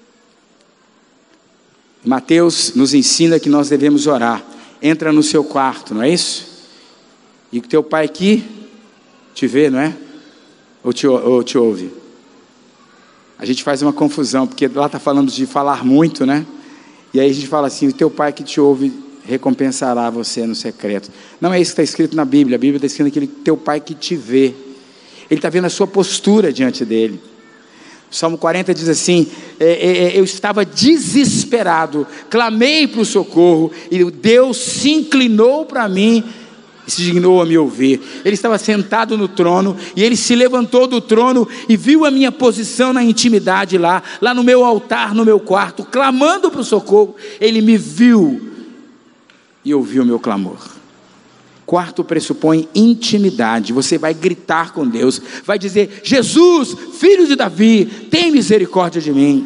Mateus nos ensina que nós devemos orar. Entra no seu quarto, não é isso? E o teu pai aqui te vê, não é? Ou te ouve? A gente faz uma confusão, porque lá está falando de falar muito, né? E aí a gente fala assim, o teu pai que te ouve recompensará você no secreto. Não é isso que está escrito na Bíblia. A Bíblia está escrito aquele teu pai que te vê. Ele está vendo a sua postura diante dele. O Salmo 40 diz assim, eu estava desesperado, clamei para o socorro, e Deus se inclinou para mim, e se dignou a me ouvir. Ele estava sentado no trono, e ele se levantou do trono, e viu a minha posição na intimidade lá no meu altar, no meu quarto, clamando para o socorro. Ele me viu, e ouviu o meu clamor. Quarto pressupõe intimidade. Você vai gritar com Deus, vai dizer: Jesus, filho de Davi, tem misericórdia de mim,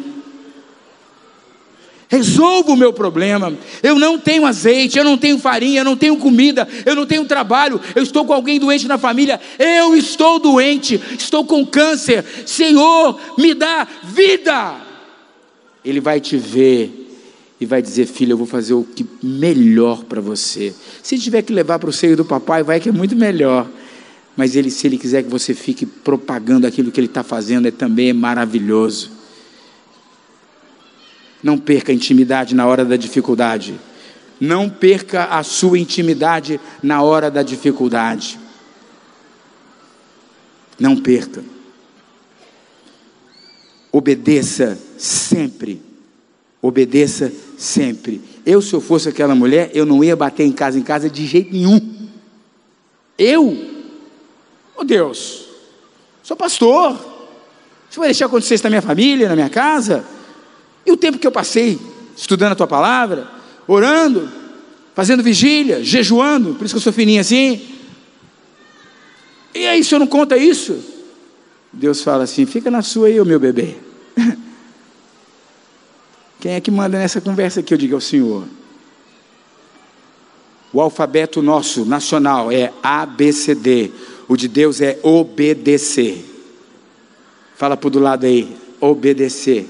resolva o meu problema. Eu não tenho azeite, eu não tenho farinha, eu não tenho comida, eu não tenho trabalho, eu estou com alguém doente na família, eu estou doente, estou com câncer, Senhor, me dá vida. Ele vai te ver e vai dizer: filho, eu vou fazer o que melhor para você. Se tiver que levar para o seio do papai, vai, que é muito melhor. Mas se ele quiser que você fique propagando aquilo que ele está fazendo, também é maravilhoso. Não perca a intimidade na hora da dificuldade. Não perca a sua intimidade na hora da dificuldade. Não perca. Obedeça sempre. Obedeça sempre. Se eu fosse aquela mulher, eu não ia bater em casa de jeito nenhum. Deus, sou pastor, você vai deixar acontecer isso na minha família, na minha casa? E o tempo que eu passei estudando a tua palavra, orando, fazendo vigília, jejuando, por isso que eu sou fininho assim. E aí, o senhor não conta isso? Deus fala assim: fica na sua aí, meu bebê. Quem é que manda nessa conversa aqui? Eu digo: é o Senhor. O alfabeto nosso, nacional, é ABCD. O de Deus é obedecer. Fala para o do lado aí: obedecer.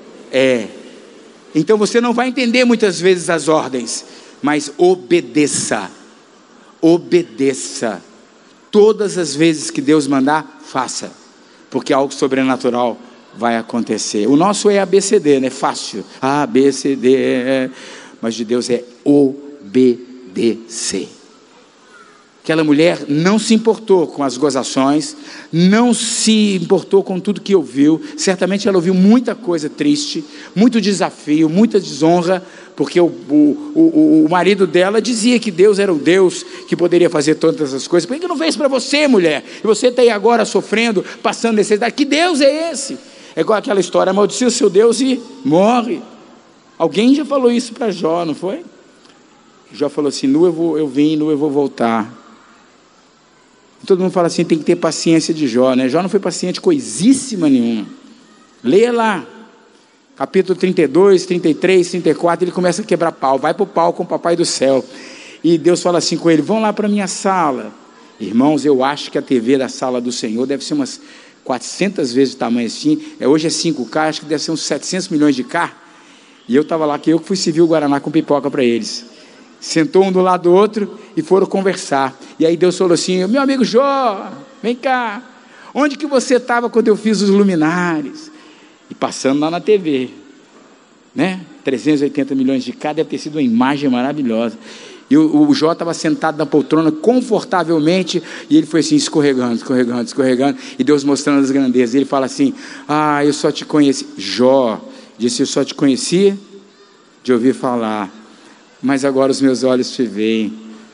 Então você não vai entender muitas vezes as ordens, mas obedeça. Obedeça. Todas as vezes que Deus mandar, faça, porque algo sobrenatural vai acontecer. O nosso é ABCD, né? Fácil. ABCD. Mas de Deus é obedecer. Aquela mulher não se importou com as gozações, não se importou com tudo que ouviu. Certamente ela ouviu muita coisa triste, muito desafio, muita desonra, porque o marido dela dizia que Deus era o Deus que poderia fazer todas essas coisas. Por que não fez para você, mulher? E você está aí agora sofrendo, passando necessidade. Que Deus é esse? É igual aquela história: amaldiçoa o seu Deus e morre. Alguém já falou isso para Jó, não foi? Jó falou assim: nu eu vim, nu eu vou voltar. E todo mundo fala assim: tem que ter paciência de Jó, né? Jó não foi paciente coisíssima nenhuma. Leia lá, capítulo 32, 33, 34, ele começa a quebrar pau, vai para o pau com o papai do céu. E Deus fala assim com ele: vão lá para a minha sala. Irmãos, eu acho que a TV da sala do Senhor deve ser umas 400 vezes o tamanho assim. Hoje é 5K, acho que deve ser uns 700 milhões de K. E eu estava lá, que eu fui servir o Guaraná com pipoca para eles. Sentou um do lado do outro e foram conversar. E aí Deus falou assim: meu amigo Jó, vem cá, onde que você estava quando eu fiz os luminares? E passando lá na TV, né? 380 milhões de K, deve ter sido uma imagem maravilhosa. E o Jó estava sentado na poltrona confortavelmente, e ele foi assim, escorregando, e Deus mostrando as grandezas. Ele fala assim: eu só te conheci. Jó disse: eu só te conhecia de ouvir falar, mas agora os meus olhos te veem.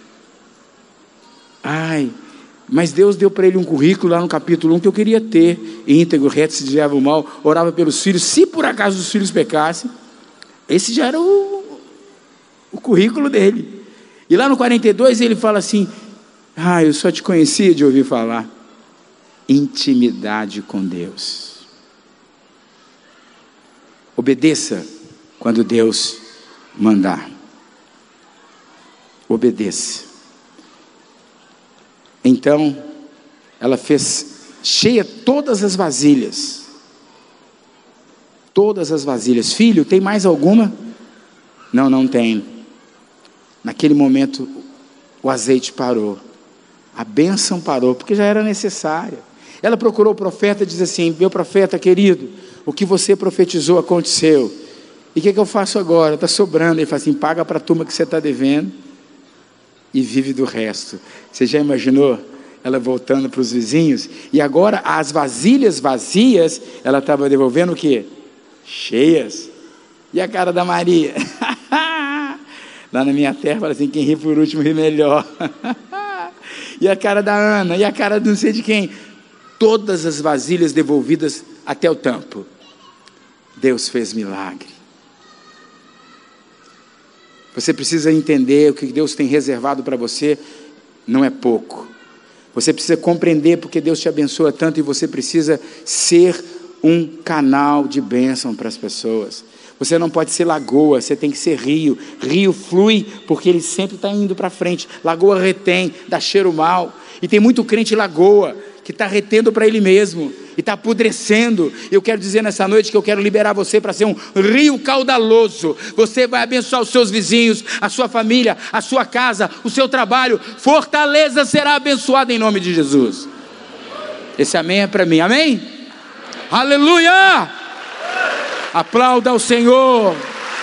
Mas Deus deu para ele um currículo lá no capítulo 1 que eu queria ter: íntegro, reto, se desviava o mal, orava pelos filhos, se por acaso os filhos pecassem. Esse já era o currículo dele. E lá no 42 ele fala assim: eu só te conhecia de ouvir falar. Intimidade com Deus. Obedeça quando Deus mandar. Obedeça. Então ela fez cheia todas as vasilhas. Todas as vasilhas. Filho, tem mais alguma? Não, não tem. Naquele momento o azeite parou, a bênção parou, porque já era necessária. Ela procurou o profeta e diz assim: meu profeta querido, o que você profetizou aconteceu. E o que eu faço agora? Está sobrando. Ele fala assim: paga para a turma que você está devendo e vive do resto. Você já imaginou ela voltando para os vizinhos? E agora as vasilhas vazias, ela estava devolvendo o quê? Cheias. E a cara da Maria? Lá na minha terra, fala assim: quem ri por último ri melhor. E a cara da Ana? E a cara de não sei de quem? Todas as vasilhas devolvidas até o tampo. Deus fez milagre. Você precisa entender o que Deus tem reservado para você, não é pouco. Você precisa compreender porque Deus te abençoa tanto, e você precisa ser um canal de bênção para as pessoas. Você não pode ser lagoa, você tem que ser rio. Rio flui porque ele sempre está indo para frente. Lagoa retém, dá cheiro mal. E tem muito crente lagoa que está retendo para ele mesmo e está apodrecendo. Eu quero dizer nessa noite que eu quero liberar você para ser um rio caudaloso. Você vai abençoar os seus vizinhos, a sua família, a sua casa, o seu trabalho. Fortaleza será abençoada em nome de Jesus. Esse amém é para mim, amém? Aleluia! Aplauda ao Senhor.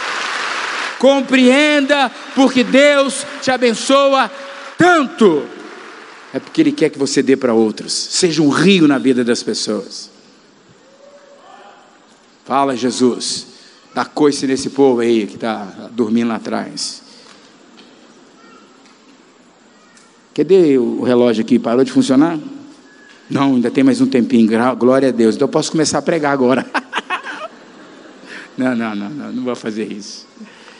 Compreenda porque Deus te abençoa tanto. É porque Ele quer que você dê para outros. Seja um rio na vida das pessoas. Fala, Jesus. Dá coice nesse povo aí que está dormindo lá atrás. Cadê o relógio aqui? Parou de funcionar? Não, ainda tem mais um tempinho. Glória a Deus. Então eu posso começar a pregar agora. Não vou fazer isso.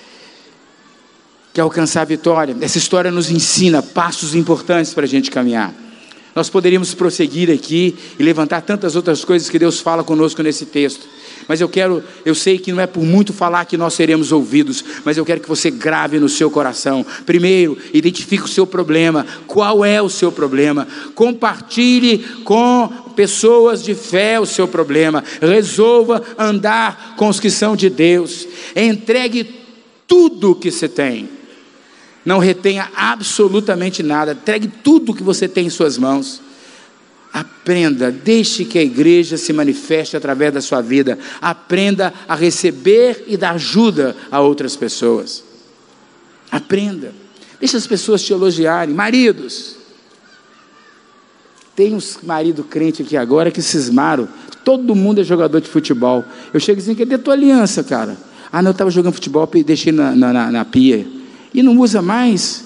Quer alcançar a vitória? Essa história nos ensina passos importantes para a gente caminhar. Nós poderíamos prosseguir aqui e levantar tantas outras coisas que Deus fala conosco nesse texto, mas eu sei que não é por muito falar que nós seremos ouvidos, mas eu quero que você grave no seu coração. Primeiro, identifique o seu problema. Qual é o seu problema? Compartilhe com pessoas de fé o seu problema. Resolva andar com os que são de Deus. Entregue tudo o que você tem. Não retenha absolutamente nada. Entregue tudo que você tem em suas mãos. Aprenda, deixe que a igreja se manifeste através da sua vida. Aprenda a receber e dar ajuda a outras pessoas. Aprenda. Deixe as pessoas te elogiarem. Maridos, tem uns marido crente aqui agora que cismaram. Todo mundo é jogador de futebol. Eu chego assim: cadê a tua aliança, cara? Ah, não, eu estava jogando futebol e deixei na pia. E não usa mais?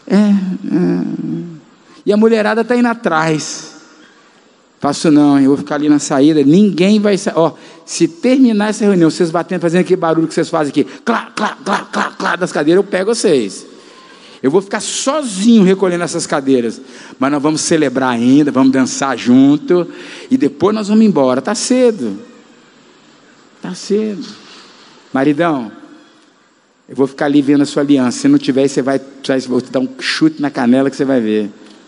E a mulherada está indo atrás. Faço não, eu vou ficar ali na saída. Ninguém vai sair. Se terminar essa reunião, vocês batendo, fazendo aquele barulho que vocês fazem aqui, clá, clá, clá, clá, clá, das cadeiras, eu pego vocês. Eu vou ficar sozinho recolhendo essas cadeiras. Mas nós vamos celebrar ainda, vamos dançar junto. E depois nós vamos embora. Está cedo. Está cedo. Maridão, eu vou ficar ali vendo a sua aliança. Se não tiver, você vai vou te dar um chute na canela que você vai ver.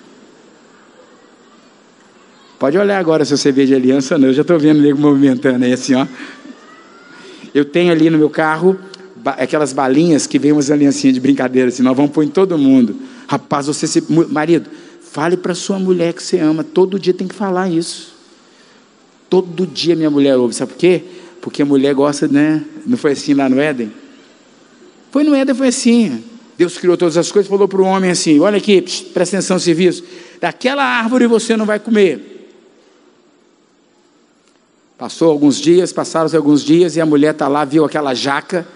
Pode olhar agora se você vê de aliança ou não. Eu já estou vendo ele movimentando aí assim, ó. Eu tenho ali no meu carro aquelas balinhas que vem umas aliancinhas de brincadeira assim. Nós vamos pôr em todo mundo. Rapaz, marido, fale para sua mulher que você ama. Todo dia tem que falar isso. Todo dia minha mulher ouve. Sabe por quê? Porque a mulher gosta, né? Não foi assim lá no Éden? Foi no Éden, foi assim. Deus criou todas as coisas, falou para o homem assim: olha aqui, presta atenção, serviço. Daquela árvore você não vai comer. Passaram alguns dias, e a mulher está lá, viu aquela jaca.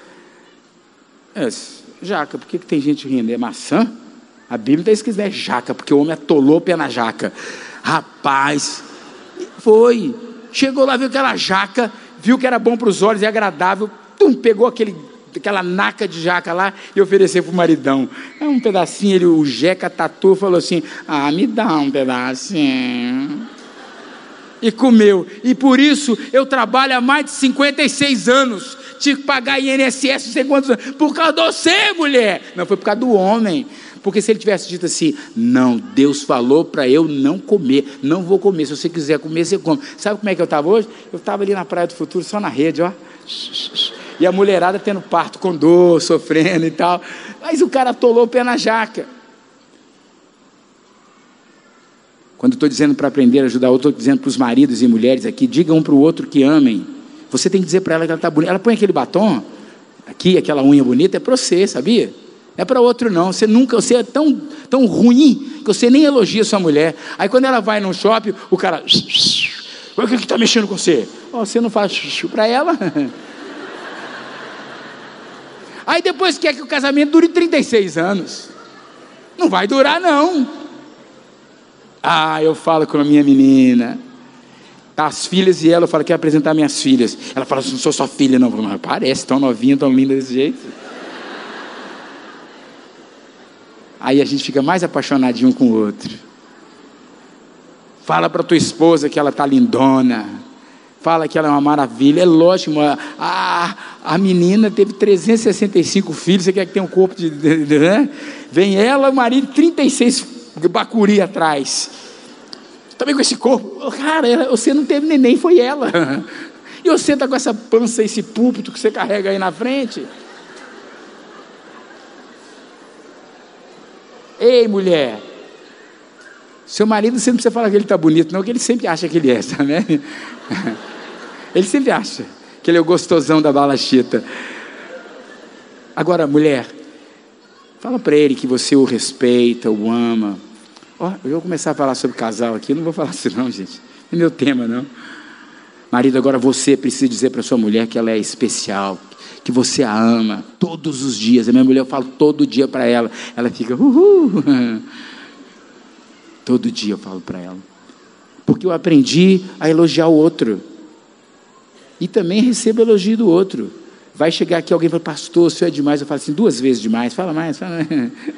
Jaca, por que tem gente rindo? É maçã? A Bíblia está escrito é jaca, porque o homem atolou o pé na jaca. Rapaz, foi. Chegou lá, viu aquela jaca, viu que era bom para os olhos e agradável, pegou aquela naca de jaca lá e ofereceu para o maridão. Um pedacinho, o Jeca tatu falou assim: me dá um pedacinho. E comeu. E por isso eu trabalho há mais de 56 anos. Tive que pagar INSS não sei quantos anos. Por causa de você, mulher. Não, foi por causa do homem. Porque se ele tivesse dito assim: não, Deus falou para eu não comer, não vou comer, se você quiser comer, você come. Sabe como é que eu estava hoje? Eu estava ali na Praia do Futuro, só na rede, ó. E a mulherada tendo parto com dor, sofrendo e tal. Mas o cara atolou o pé na jaca. Quando estou dizendo para aprender a ajudar, eu estou dizendo para os maridos e mulheres aqui: diga um para o outro que amem. Você tem que dizer para ela que ela está bonita. Ela põe aquele batom, Aqui, aquela unha bonita é para você, sabia? Não é para outro não. Você é tão ruim que você nem elogia sua mulher. Aí quando ela vai num shopping, o cara... O que está mexendo com você? Oh, você não faz para ela? Aí depois quer que o casamento dure 36 anos. Não vai durar não. Eu falo com a minha menina, tá, as filhas e ela, eu falo, quero apresentar minhas filhas. Ela fala, não sou sua filha não. Eu falo, mas parece, tão novinha, tão linda desse jeito. Aí a gente fica mais apaixonadinho um com o outro. Fala para tua esposa que ela tá lindona. Fala que ela é uma maravilha. É lógico, a menina teve 365 filhos. Você quer que tenha um corpo de... né? Vem ela, o marido, 36 bacuri atrás. Também com esse corpo. Cara, você não teve neném, foi ela. E você está com essa pança, esse púlpito que você carrega aí na frente. Ei, mulher, seu marido, você não precisa falar que ele está bonito não, que ele sempre acha que ele é, sabe? Ele sempre acha que ele é o gostosão da balachita. Agora, mulher, fala para ele que você o respeita, o ama. Eu vou começar a falar sobre casal aqui, não vou falar assim não, gente, não é meu tema não. Marido, agora você precisa dizer para sua mulher que ela é especial, que você a ama todos os dias. A minha mulher, eu falo todo dia para ela, ela fica todo dia eu falo para ela, porque eu aprendi a elogiar o outro e também recebo elogio do outro. Vai chegar aqui alguém e fala, pastor, o senhor é demais. Eu falo assim, 2 vezes demais, fala mais, fala mais.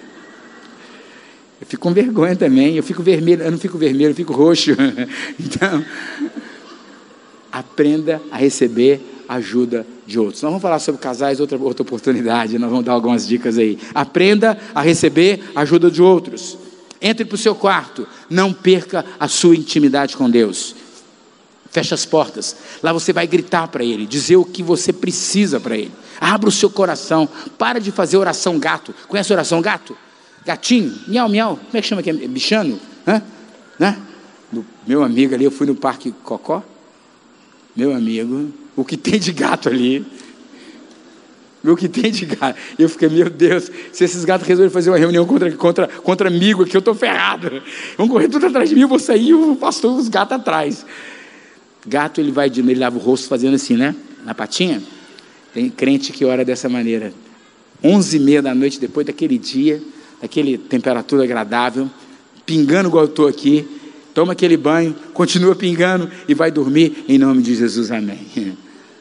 Eu fico com vergonha também, eu fico vermelho, eu não fico vermelho, eu fico roxo. Então, aprenda a receber ajuda de outros. Nós vamos falar sobre casais outra oportunidade, nós vamos dar algumas dicas aí. Aprenda a receber ajuda de outros. Entre para o seu quarto, não perca a sua intimidade com Deus. Feche as portas, lá você vai gritar para Ele, dizer o que você precisa para Ele. Abra o seu coração, para de fazer oração gato. Conhece a oração gato? Gatinho, miau, miau, como é que chama aqui? Bichano? Né? Meu amigo ali, eu fui no Parque Cocó. Meu amigo, o que tem de gato ali? O que tem de gato? Eu fiquei, meu Deus, se esses gatos resolverem fazer uma reunião contra amigo aqui, eu estou ferrado. Vão correr tudo atrás de mim, eu vou sair e o pastor, os gatos atrás. Gato, ele lava o rosto fazendo assim, né? Na patinha. Tem crente que ora dessa maneira. 11h30 da noite, depois daquele dia, daquele temperatura agradável, pingando igual eu estou aqui, toma aquele banho, continua pingando e vai dormir em nome de Jesus, amém.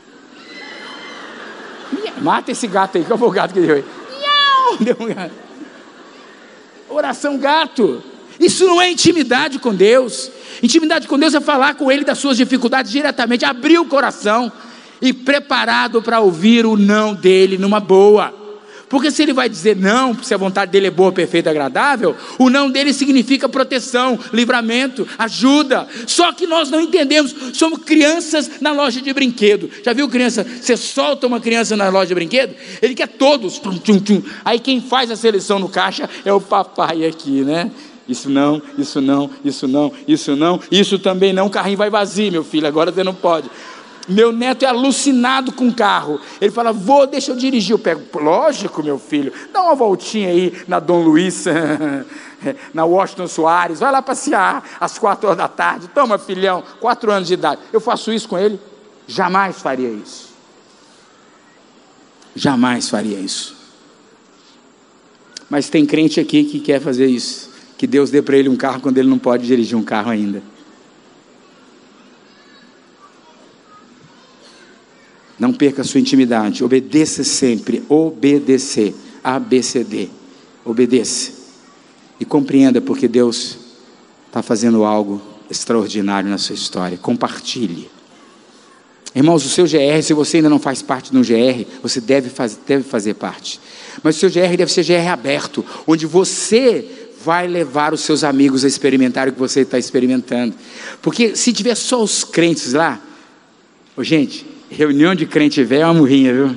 Mata esse gato aí, qual foi o gato que deu aí? Deu um gato. Oração gato. Isso não é intimidade com Deus. Intimidade com Deus é falar com Ele das suas dificuldades diretamente, abrir o coração e preparado para ouvir o não dele numa boa. Porque se ele vai dizer não, se a vontade dele é boa, perfeita, agradável, o não dele significa proteção, livramento, ajuda. Só que nós não entendemos, somos crianças na loja de brinquedo. Já viu criança? Você solta uma criança na loja de brinquedo, ele quer todos. Aí quem faz a seleção no caixa é o papai aqui, né? Isso não, isso não, isso não, isso não, isso também não, o carrinho vai vazio, meu filho, agora você não pode. Meu neto é alucinado com carro. Ele fala, vô, deixa eu dirigir. Eu pego, lógico, meu filho, dá uma voltinha aí na Dom Luiz, na Washington Soares, vai lá passear às 4h da tarde. Toma, filhão, 4 anos de idade. Eu faço isso com ele? Jamais faria isso. Jamais faria isso. Mas tem crente aqui que quer fazer isso, que Deus dê para ele um carro quando ele não pode dirigir um carro ainda. Não perca a sua intimidade, obedeça sempre, obedecer, ABCD, obedeça, e compreenda porque Deus está fazendo algo extraordinário na sua história. Compartilhe. Irmãos, o seu GR, se você ainda não faz parte de um GR, você deve fazer parte, mas o seu GR deve ser GR aberto, onde você vai levar os seus amigos a experimentar o que você está experimentando, porque se tiver só os crentes lá, gente, reunião de crente velho é uma murrinha, viu?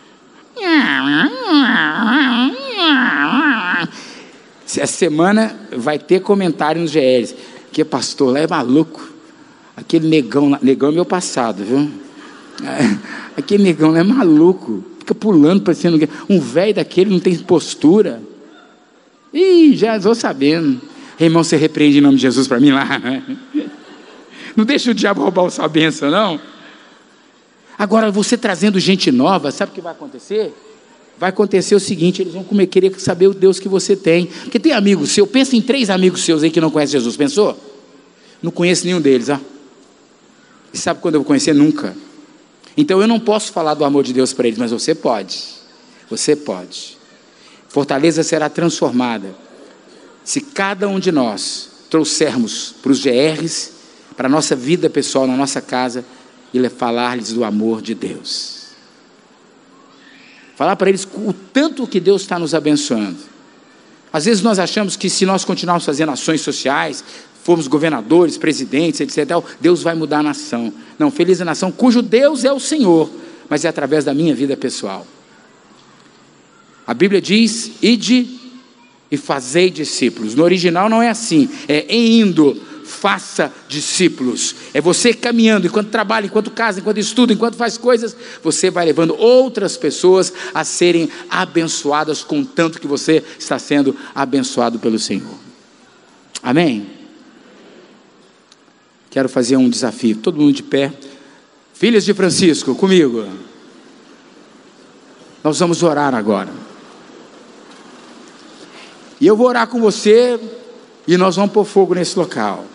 Essa semana vai ter comentário nos GRs, que pastor lá é maluco, aquele negão é meu passado, viu? Aquele negão lá é maluco, fica pulando, parecendo um velho daquele, não tem postura. Ih, já estou sabendo. Irmão, você repreende em nome de Jesus para mim lá. Não deixa o diabo roubar a sua bênção, não. Agora, você trazendo gente nova, sabe o que vai acontecer? Vai acontecer o seguinte, eles vão querer saber o Deus que você tem. Porque tem amigos seus, pensa em 3 amigos seus aí que não conhecem Jesus, pensou? Não conheço nenhum deles, ó. E sabe quando eu vou conhecer? Nunca. Então eu não posso falar do amor de Deus para eles, mas você pode. Você pode. Fortaleza será transformada se cada um de nós trouxermos para os GRs, para a nossa vida pessoal, na nossa casa, e falar-lhes do amor de Deus. Falar para eles o tanto que Deus está nos abençoando. Às vezes nós achamos que se nós continuarmos fazendo ações sociais, formos governadores, presidentes, etc., Deus vai mudar a nação. Não, feliz a nação cujo Deus é o Senhor, mas é através da minha vida pessoal. A Bíblia diz, ide e fazei discípulos. No original não é assim, é indo, faça discípulos. É você caminhando, enquanto trabalha, enquanto casa, enquanto estuda, enquanto faz coisas, você vai levando outras pessoas a serem abençoadas com tanto que você está sendo abençoado pelo Senhor. Amém? Quero fazer um desafio, todo mundo de pé. Filhas de Francisco, comigo. Nós vamos orar agora. E eu vou orar com você e nós vamos pôr fogo nesse local.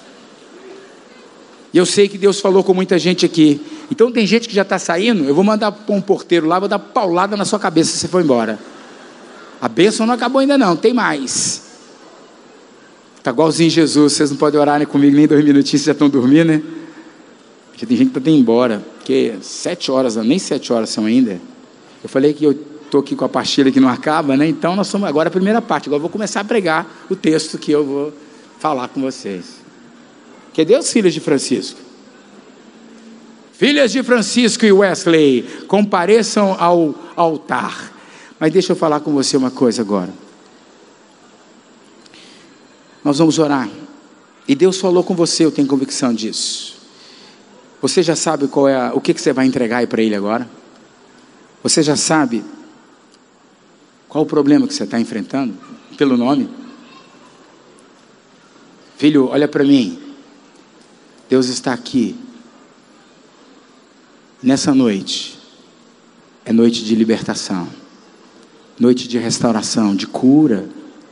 E eu sei que Deus falou com muita gente aqui. Então tem gente que já está saindo, eu vou mandar para um porteiro lá, vou dar paulada na sua cabeça se você for embora. A bênção não acabou ainda não, tem mais. Está igualzinho Jesus, vocês não podem orar nem comigo nem 2 minutinhos, vocês já estão dormindo, né? Já tem gente que está indo embora, porque 7 horas, nem 7 horas são ainda. Eu falei que eu estou aqui com a pastilha que não acaba, né? Então nós somos agora a primeira parte, agora eu vou começar a pregar o texto que eu vou falar com vocês. Que Deus, filhas de Francisco. Filhas de Francisco e Wesley, compareçam ao altar. Mas deixa eu falar com você uma coisa agora. Nós vamos orar. E Deus falou com você, eu tenho convicção disso. Você já sabe o que você vai entregar aí para Ele agora? Você já sabe qual o problema que você está enfrentando? Pelo nome? Filho, olha para mim. Deus está aqui. Nessa noite. É noite de libertação. Noite de restauração, de cura.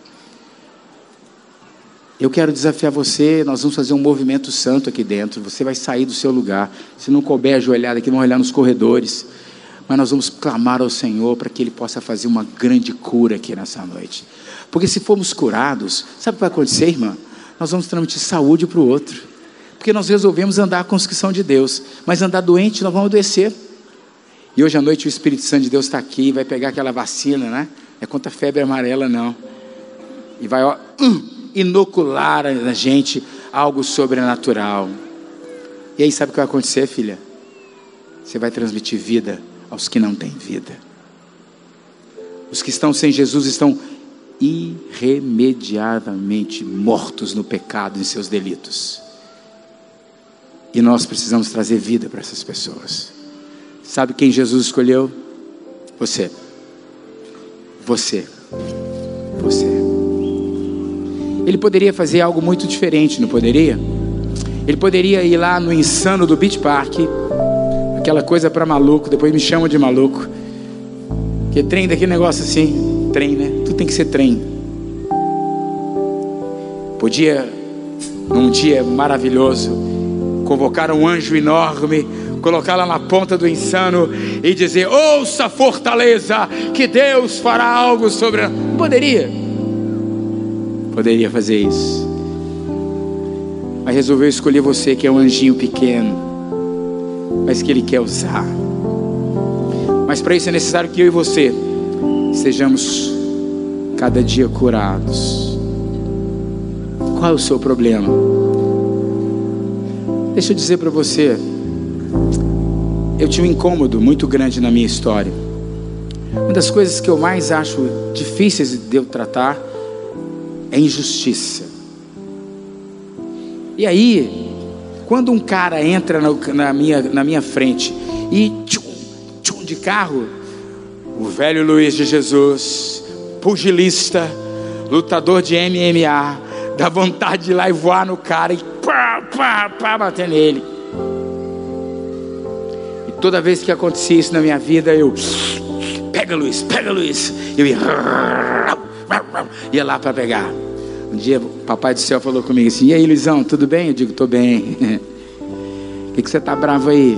Eu quero desafiar você, nós vamos fazer um movimento santo aqui dentro. Você vai sair do seu lugar. Se não couber ajoelhado aqui, vamos olhar nos corredores. Mas nós vamos clamar ao Senhor para que Ele possa fazer uma grande cura aqui nessa noite. Porque se formos curados, sabe o que vai acontecer, irmã? Nós vamos transmitir saúde para o outro. Porque nós resolvemos andar com a conscrição de Deus. Mas andar doente, nós vamos adoecer. E hoje à noite o Espírito Santo de Deus está aqui e vai pegar aquela vacina, né? É contra a febre amarela, não. E vai inocular na gente algo sobrenatural. E aí sabe o que vai acontecer, filha? Você vai transmitir vida aos que não têm vida. Os que estão sem Jesus estão irremediavelmente mortos no pecado e em seus delitos. E nós precisamos trazer vida para essas pessoas. Sabe quem Jesus escolheu? Você. Você. Você. Ele poderia fazer algo muito diferente, não poderia? Ele poderia ir lá no Insano do Beach Park, aquela coisa para maluco, depois me chamam de maluco, que trem daquele negócio assim, trem, né? Tudo tem que ser trem. Podia, num dia maravilhoso, convocar um anjo enorme, colocá-la na ponta do Insano e dizer: ouça, fortaleza, que Deus fará algo sobre... Não poderia fazer isso, mas resolveu escolher você, que é um anjinho pequeno, mas que Ele quer usar. Mas para isso é necessário que eu e você sejamos cada dia curados. Qual é o seu problema? Deixa eu dizer para você, eu tinha um incômodo muito grande na minha história. Uma das coisas que eu mais acho difíceis de eu tratar é injustiça. E aí, quando um cara entra na minha frente e tchum de carro, O velho Luiz de Jesus, pugilista, lutador de MMA, dá vontade de ir lá e voar no cara e bater nele. E toda vez que acontecia isso na minha vida, eu pega Luiz, eu ia lá para pegar. Um dia o papai do céu falou comigo assim: e aí, Luizão, tudo bem? Eu digo: tô bem. O que você tá bravo aí?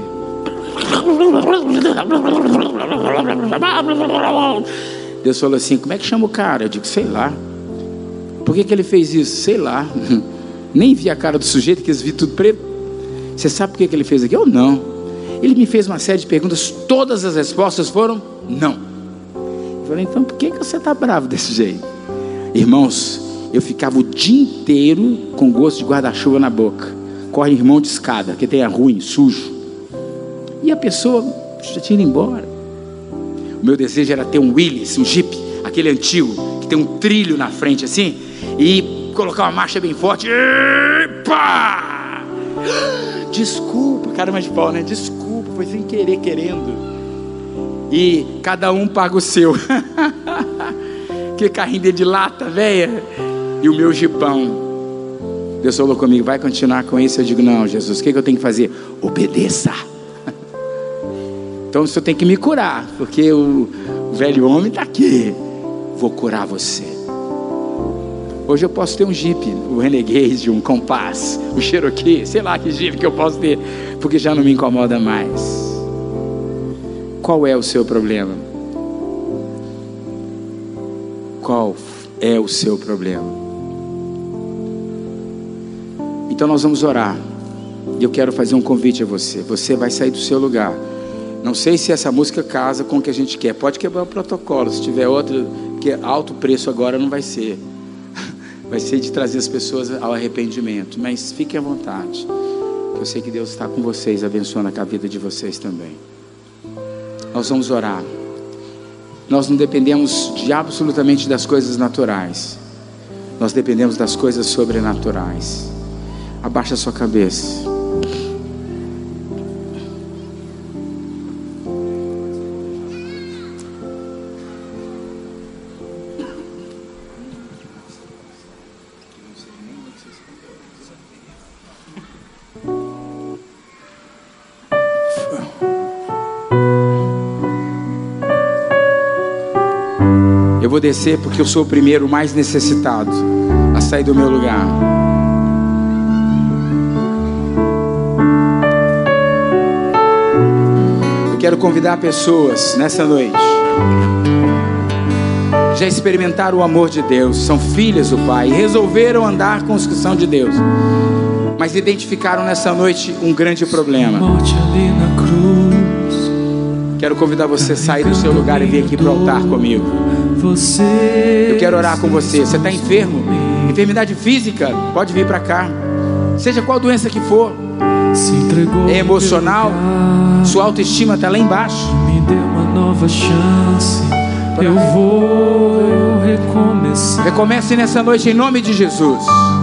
Deus falou assim: como é que chama o cara? Eu digo: sei lá. Por que ele fez isso? Sei lá. Nem vi a cara do sujeito, que eles vi tudo preto. Você sabe por que ele fez aquilo? Não. Ele me fez uma série de perguntas, todas as respostas foram não. Eu falei: então por que você está bravo desse jeito? Irmãos, eu ficava o dia inteiro com gosto de guarda-chuva na boca. Corre irmão de escada, que tenha ruim, sujo. E a pessoa já tinha ido embora. O meu desejo era ter um Willys, um Jeep, aquele antigo, que tem um trilho na frente assim, e colocar uma marcha bem forte. Epa! Desculpa, cara, mais de pau, né? Desculpa, foi sem querer, querendo. E cada um paga o seu. Que carrinho de lata, velha. E o meu jipão. Deus falou comigo: vai continuar com isso? Eu digo: não, Jesus, o que eu tenho que fazer? Obedeça. Então o senhor tem que me curar, porque o velho homem está aqui. Vou curar você. Hoje eu posso ter um Jeep, o Renegade, um Compass, um Cherokee, sei lá que Jeep que eu posso ter, porque já não me incomoda mais. Qual é o seu problema? Qual é o seu problema? Então nós vamos orar. E eu quero fazer um convite a você. Você vai sair do seu lugar. Não sei se essa música casa com o que a gente quer. Pode quebrar o protocolo. Se tiver outro, porque alto preço agora não vai ser. Vai ser de trazer as pessoas ao arrependimento. Mas fiquem à vontade. Eu sei que Deus está com vocês, abençoando a vida de vocês também. Nós vamos orar. Nós não dependemos de absolutamente das coisas naturais. Nós dependemos das coisas sobrenaturais. Abaixa a sua cabeça. Eu vou descer porque eu sou o primeiro mais necessitado a sair do meu lugar. Eu quero convidar pessoas nessa noite. Já experimentaram o amor de Deus, são filhas do Pai, resolveram andar com os que são de Deus, mas identificaram nessa noite um grande problema. Quero convidar você a sair do seu lugar e vir aqui para o altar comigo. Eu quero orar com você. Você está enfermo? Enfermidade física? Pode vir para cá. Seja qual doença que for. É emocional? Sua autoestima está lá embaixo. Me dê uma nova chance. Eu vou recomeçar. Recomece nessa noite em nome de Jesus.